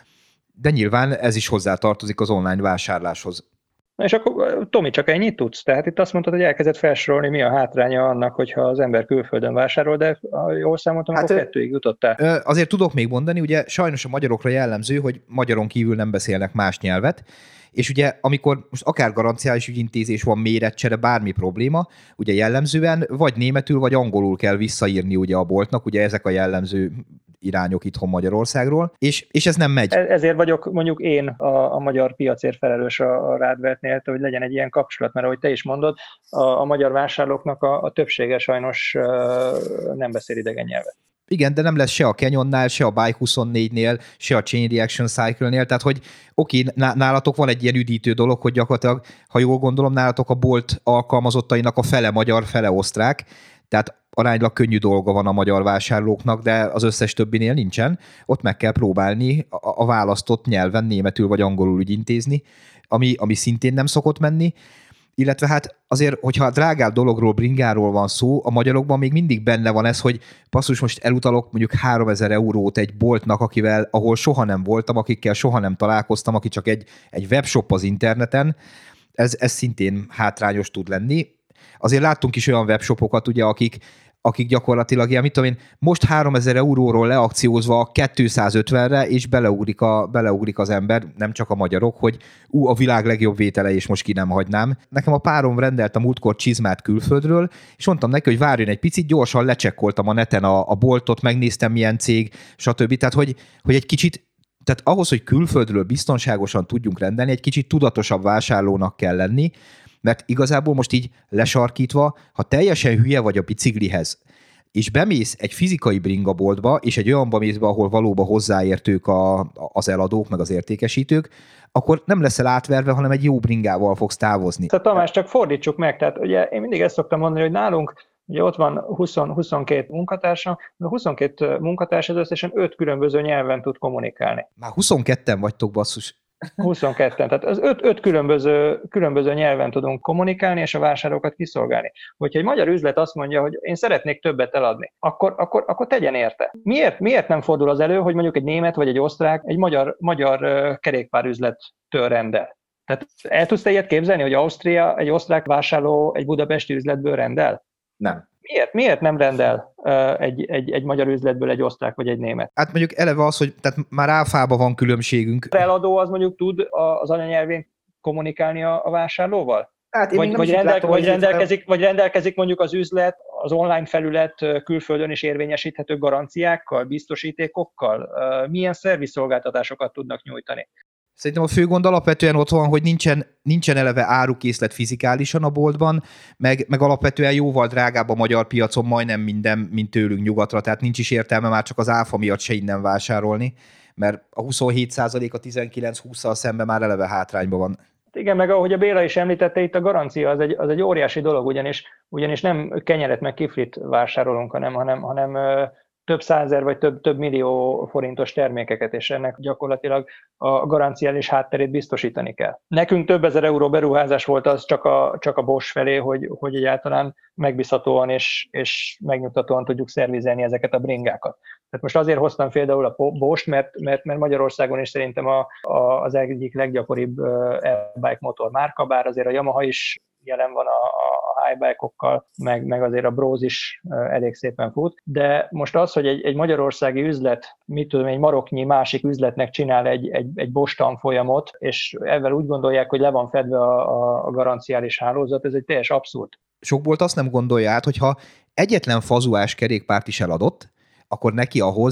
De nyilván ez is hozzátartozik az online vásárláshoz. Na és akkor, Tomi, csak ennyit tudsz? Tehát itt azt mondtad, hogy elkezdett felsorolni, mi a hátránya annak, hogyha az ember külföldön vásárol, de ha jól számoltam, hát akkor kettőig jutottál. Azért tudok még mondani, ugye sajnos a magyarokra jellemző, hogy magyaron kívül nem beszélnek más nyelvet, és ugye amikor most akár garanciális ügyintézés van, méretcsere, bármi probléma, ugye jellemzően vagy németül, vagy angolul kell visszaírni ugye a boltnak, ugye ezek a jellemző irányok itthon Magyarországról, és, és ez nem megy. Ezért vagyok mondjuk én a, a magyar piacért felelős a, a Rádvertnél, hogy legyen egy ilyen kapcsolat, mert ahogy te is mondod, a, a magyar vásárlóknak a, a többsége sajnos uh, nem beszél idegen nyelvet. Igen, de nem lesz se a Canyonnál, se a Bike huszonnégynél, se a Chain Reaction Cycle-nél, tehát hogy oké, nálatok van egy ilyen üdítő dolog, hogy gyakorlatilag, ha jól gondolom, nálatok a bolt alkalmazottainak a fele magyar, fele osztrák, tehát aránylag könnyű dolga van a magyar vásárlóknak, de az összes többinél nincsen. Ott meg kell próbálni a, a választott nyelven németül vagy angolul ügyintézni, ami, ami szintén nem szokott menni. Illetve hát azért, hogyha drágább dologról, bringáról van szó, a magyarokban még mindig benne van ez, hogy passzus, most elutalok mondjuk háromezer eurót egy boltnak, akivel, ahol soha nem voltam, akikkel soha nem találkoztam, aki csak egy, egy webshop az interneten, ez, ez szintén hátrányos tud lenni. Azért láttunk is olyan webshopokat, ugye, akik, akik gyakorlatilag, ilyen, mit tudom én, most háromezer euróról leakciózva kétszázötvenre, és beleugrik, a, beleugrik az ember, nem csak a magyarok, hogy ú, a világ legjobb vétele, és most ki nem hagynám. Nekem a párom rendelt a múltkor csizmát külföldről, és mondtam neki, hogy várjon egy picit, gyorsan lecsekkoltam a neten a, a boltot, megnéztem milyen cég, stb. Tehát, hogy, hogy egy kicsit, tehát ahhoz, hogy külföldről biztonságosan tudjunk rendelni, egy kicsit tudatosabb vásárlónak kell lenni, mert igazából most így lesarkítva, ha teljesen hülye vagy a biciklihez, és bemész egy fizikai bringaboltba, és egy olyanba mész be, ahol valóban hozzáértők a, az eladók, meg az értékesítők, akkor nem leszel átverve, hanem egy jó bringával fogsz távozni. Tehát Tamás, csak fordítsuk meg, tehát ugye én mindig ezt szoktam mondani, hogy nálunk ugye ott van húsz, huszonkettő munkatársam, de a huszonkettő munkatárs az összesen öt különböző nyelven tud kommunikálni. Már huszonketten vagytok, basszus. huszonketten, tehát az öt, öt különböző, különböző nyelven tudunk kommunikálni, és a vásárlókat kiszolgálni. Hogyha egy magyar üzlet azt mondja, hogy én szeretnék többet eladni, akkor, akkor, akkor tegyen érte. Miért, miért nem fordul az elő, hogy mondjuk egy német vagy egy osztrák egy magyar, magyar kerékpárüzlettől rendel? Tehát el tudsz te ilyet képzelni, hogy Ausztria, egy osztrák vásárló egy budapesti üzletből rendel? Nem. Miért, miért nem rendel uh, egy, egy, egy magyar üzletből egy osztrák vagy egy német? Hát mondjuk eleve az, hogy tehát már áfában van különbségünk. Az eladó az mondjuk tud az anyanyelvén kommunikálni a, a vásárlóval? Hát vagy, vagy, rendel, látom, vagy, rendelkezik, vagy rendelkezik mondjuk az üzlet, az online felület külföldön is érvényesíthető garanciákkal, biztosítékokkal? Milyen szervizszolgáltatásokat tudnak nyújtani? Szerintem a fő gond alapvetően ott van, hogy nincsen, nincsen eleve árukészlet fizikálisan a boltban, meg, meg alapvetően jóval drágább a magyar piacon majdnem minden, mint tőlünk nyugatra, tehát nincs is értelme már csak az áfa miatt se innen vásárolni, mert a huszonhét százalék a tizenkilenc hússzal szemben már eleve hátrányban van. Igen, meg ahogy a Béla is említette, itt a garancia az egy, az egy óriási dolog, ugyanis, ugyanis nem kenyeret meg kiflit vásárolunk, hanem, hanem, hanem több százer vagy több, több millió forintos termékeket, és ennek gyakorlatilag a garanciális hátterét biztosítani kell. Nekünk több ezer euró beruházás volt az csak a, csak a Bosch felé, hogy, hogy egyáltalán megbízhatóan és, és megnyugtatóan tudjuk szervizelni ezeket a bringákat. Tehát most azért hoztam például a Bosch, mert, mert, mert Magyarországon is szerintem a, a, az egyik leggyakoribb e-bike motor márka, bár azért a Yamaha is jelen van a, a highbike-okkal, meg, meg azért a Bros is elég szépen fut, de most az, hogy egy, egy magyarországi üzlet, mit tudom, egy maroknyi másik üzletnek csinál egy, egy, egy Bosch tanfolyamot, és ezzel úgy gondolják, hogy le van fedve a, a, a garanciális hálózat, ez egy teljes abszurd. Sok bolt azt nem gondolja át, hogyha egyetlen fazuás kerékpárt is eladott, akkor neki ahhoz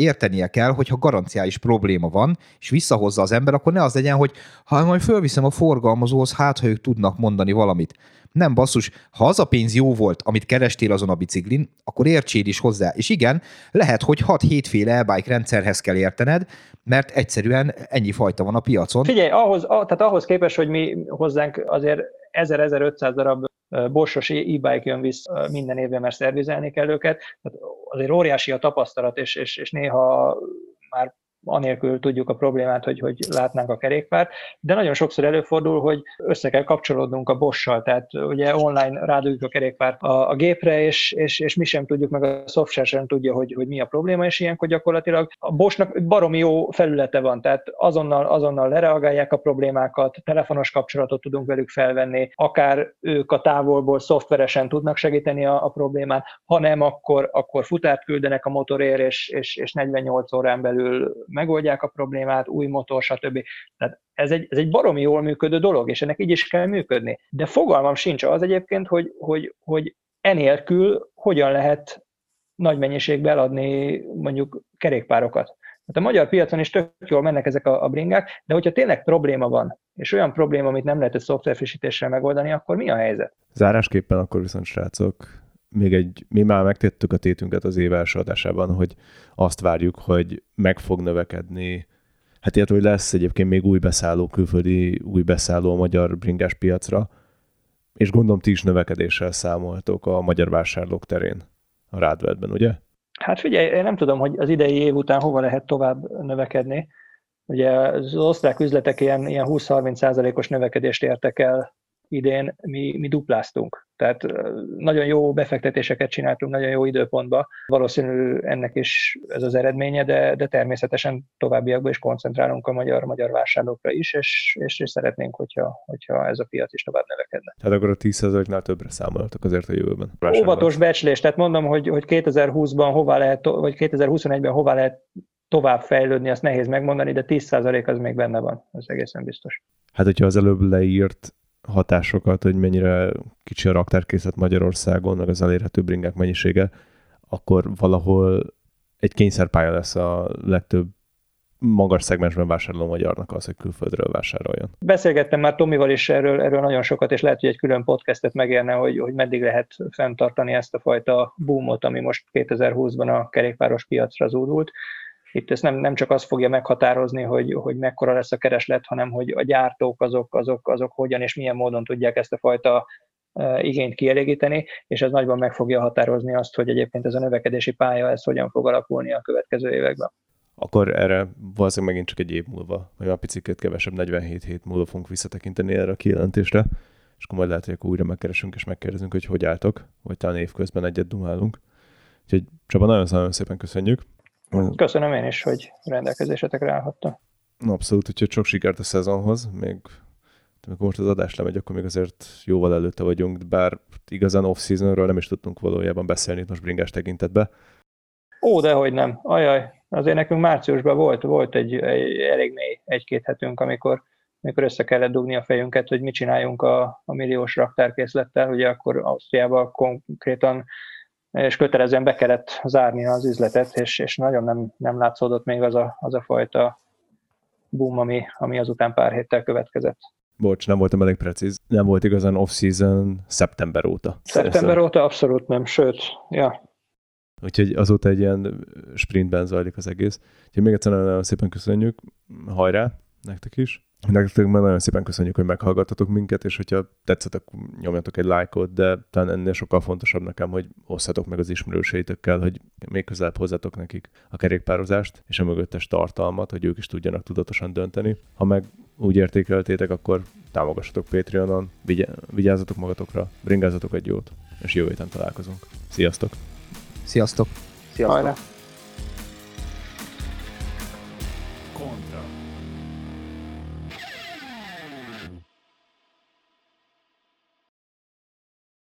értenie kell, hogyha garanciális probléma van, és visszahozza az ember, akkor ne az legyen, hogy ha majd fölviszem a forgalmazóhoz, hát ha ők tudnak mondani valamit. Nem basszus, ha az a pénz jó volt, amit kerestél azon a biciklin, akkor értsél is hozzá. És igen, lehet, hogy hat-hét féle e-bike rendszerhez kell értened, mert egyszerűen ennyi fajta van a piacon. Figyelj, ahhoz, tehát ahhoz képest, hogy mi hozzánk azért ezer-ezerötszáz darab Bosch-os e-bike jön vissza minden évben, mert szervizelni kell őket, tehát azért óriási a tapasztalat, és, és, és néha már anélkül tudjuk a problémát, hogy, hogy látnánk a kerékpárt, de nagyon sokszor előfordul, hogy össze kell kapcsolódnunk a Bosch-sal, tehát ugye online rádugjuk a kerékpárt a, a gépre, és, és, és mi sem tudjuk, meg a szoftver sem tudja, hogy, hogy mi a probléma, és ilyenkor gyakorlatilag a Bosch-nak baromi jó felülete van, tehát azonnal, azonnal lereagálják a problémákat, telefonos kapcsolatot tudunk velük felvenni, akár ők a távolból szoftveresen tudnak segíteni a, a problémán, ha nem, akkor, akkor futárt küldenek a motorért, és, és, és negyvennyolc órán belül megoldják a problémát, új motor, stb. Tehát ez egy, ez egy baromi jól működő dolog, és ennek így is kell működni. De fogalmam sincs az egyébként, hogy, hogy, hogy enélkül hogyan lehet nagy mennyiségbe eladni mondjuk kerékpárokat. Hát a magyar piacon is tök jól mennek ezek a, a bringák, de hogyha tényleg probléma van, és olyan probléma, amit nem lehet egy szoftverfrissítéssel megoldani, akkor mi a helyzet? Zárásképpen akkor viszont, srácok, még egy, mi már megtettük a tétünket az év első adásában, hogy azt várjuk, hogy meg fog növekedni, hát illetve, hogy lesz egyébként még új beszálló, külföldi új beszálló a magyar bringás piacra, és gondolom ti is növekedéssel számoltok a magyar vásárlók terén a Rádvertben, ugye? Hát figyelj, én nem tudom, hogy az idei év után hova lehet tovább növekedni. Ugye az osztrák üzletek ilyen, ilyen húsz-harminc százalékos növekedést értek el idén, mi, mi dupláztunk. Tehát nagyon jó befektetéseket csináltunk, nagyon jó időpontban. Valószínű ennek is ez az eredménye, de, de természetesen továbbiakban is koncentrálunk a magyar, magyar vásárlókra is, és, és, és szeretnénk, hogyha, hogyha ez a piac is tovább növekedne. Tehát akkor a tíz százaléknál többre számoltak azért a jövőben. Óvatos becslés, tehát mondom, hogy, hogy kétezer-húszban hová lehet, vagy kétezer-huszonegyben hová lehet tovább fejlődni, azt nehéz megmondani, de tíz százalék az még benne van, ez egészen biztos. Hát, hogyha az előbb leírt hatásokat, hogy mennyire kicsi a raktárkészlet Magyarországon, meg az elérhető bringák mennyisége, akkor valahol egy kényszerpálya lesz a legtöbb magas szegmensben vásárló magyarnak az, hogy külföldről vásároljon. Beszélgettem már Tomival is erről, erről nagyon sokat, és lehet, hogy egy külön podcastet megérne, hogy, hogy meddig lehet fenntartani ezt a fajta boomot, ami most kétezer-húszban a kerékpáros piacra zúdult. Itt ezt nem, nem csak az fogja meghatározni, hogy, hogy mekkora lesz a kereslet, hanem hogy a gyártók azok, azok, azok hogyan és milyen módon tudják ezt a fajta uh, igényt kielégíteni, és ez nagyban meg fogja határozni azt, hogy egyébként ez a növekedési pálya, ez hogyan fog alakulni a következő években. Akkor erre valószínűleg megint csak egy év múlva, vagy már picit kevesebb, negyvenhét hét múlva fogunk visszatekinteni erre a kijelentésre, és akkor majd lehet, hogy akkor újra megkeresünk és megkérdezünk, hogy hogy álltok, vagy talán évközben egyet dumálunk. Úgyhogy Csaba, nagyon-nagyon szépen köszönjük. Köszönöm én is, hogy rendelkezésetekre állhattam. Abszolút, úgyhogy sok sikert a szezonhoz, még amikor most az adás lemegy, akkor még azért jóval előtte vagyunk, bár igazán off-seasonről nem is tudtunk valójában beszélni itt most bringás tekintetbe. Ó, dehogy nem. Ajaj, azért nekünk márciusban volt, volt egy, egy elég mély egy-két hetünk, amikor, amikor össze kellett dugni a fejünket, hogy mit csináljunk a, a milliós raktárkészlettel. Ugye akkor Ausztriában konkrétan és kötelezően be kellett zárni az üzletet, és, és nagyon nem, nem látszódott még az a, az a fajta boom, ami, ami azután pár héttel következett. Bocs, nem voltam elég precíz. Nem volt igazán off-season szeptember óta. Szeptember óta abszolút nem, sőt, ja. Úgyhogy azóta egy ilyen sprintben zajlik az egész. Úgyhogy még egyszer nagyon szépen köszönjük, hajrá, nektek is. Nektek már nagyon szépen köszönjük, hogy meghallgattatok minket, és hogyha tetszett, akkor nyomjatok egy lájkot, de talán ennél sokkal fontosabb nekem, hogy osszatok meg az ismerőseitekkel, hogy még közelebb hozzátok nekik a kerékpározást, és a mögöttes tartalmat, hogy ők is tudjanak tudatosan dönteni. Ha meg úgy értékeltétek, akkor támogassatok Patreonon, vigyázzatok magatokra, bringázatok egy jót, és jövő héten találkozunk. Sziasztok! Sziasztok! Sziasztok! Hajrá! Kontra.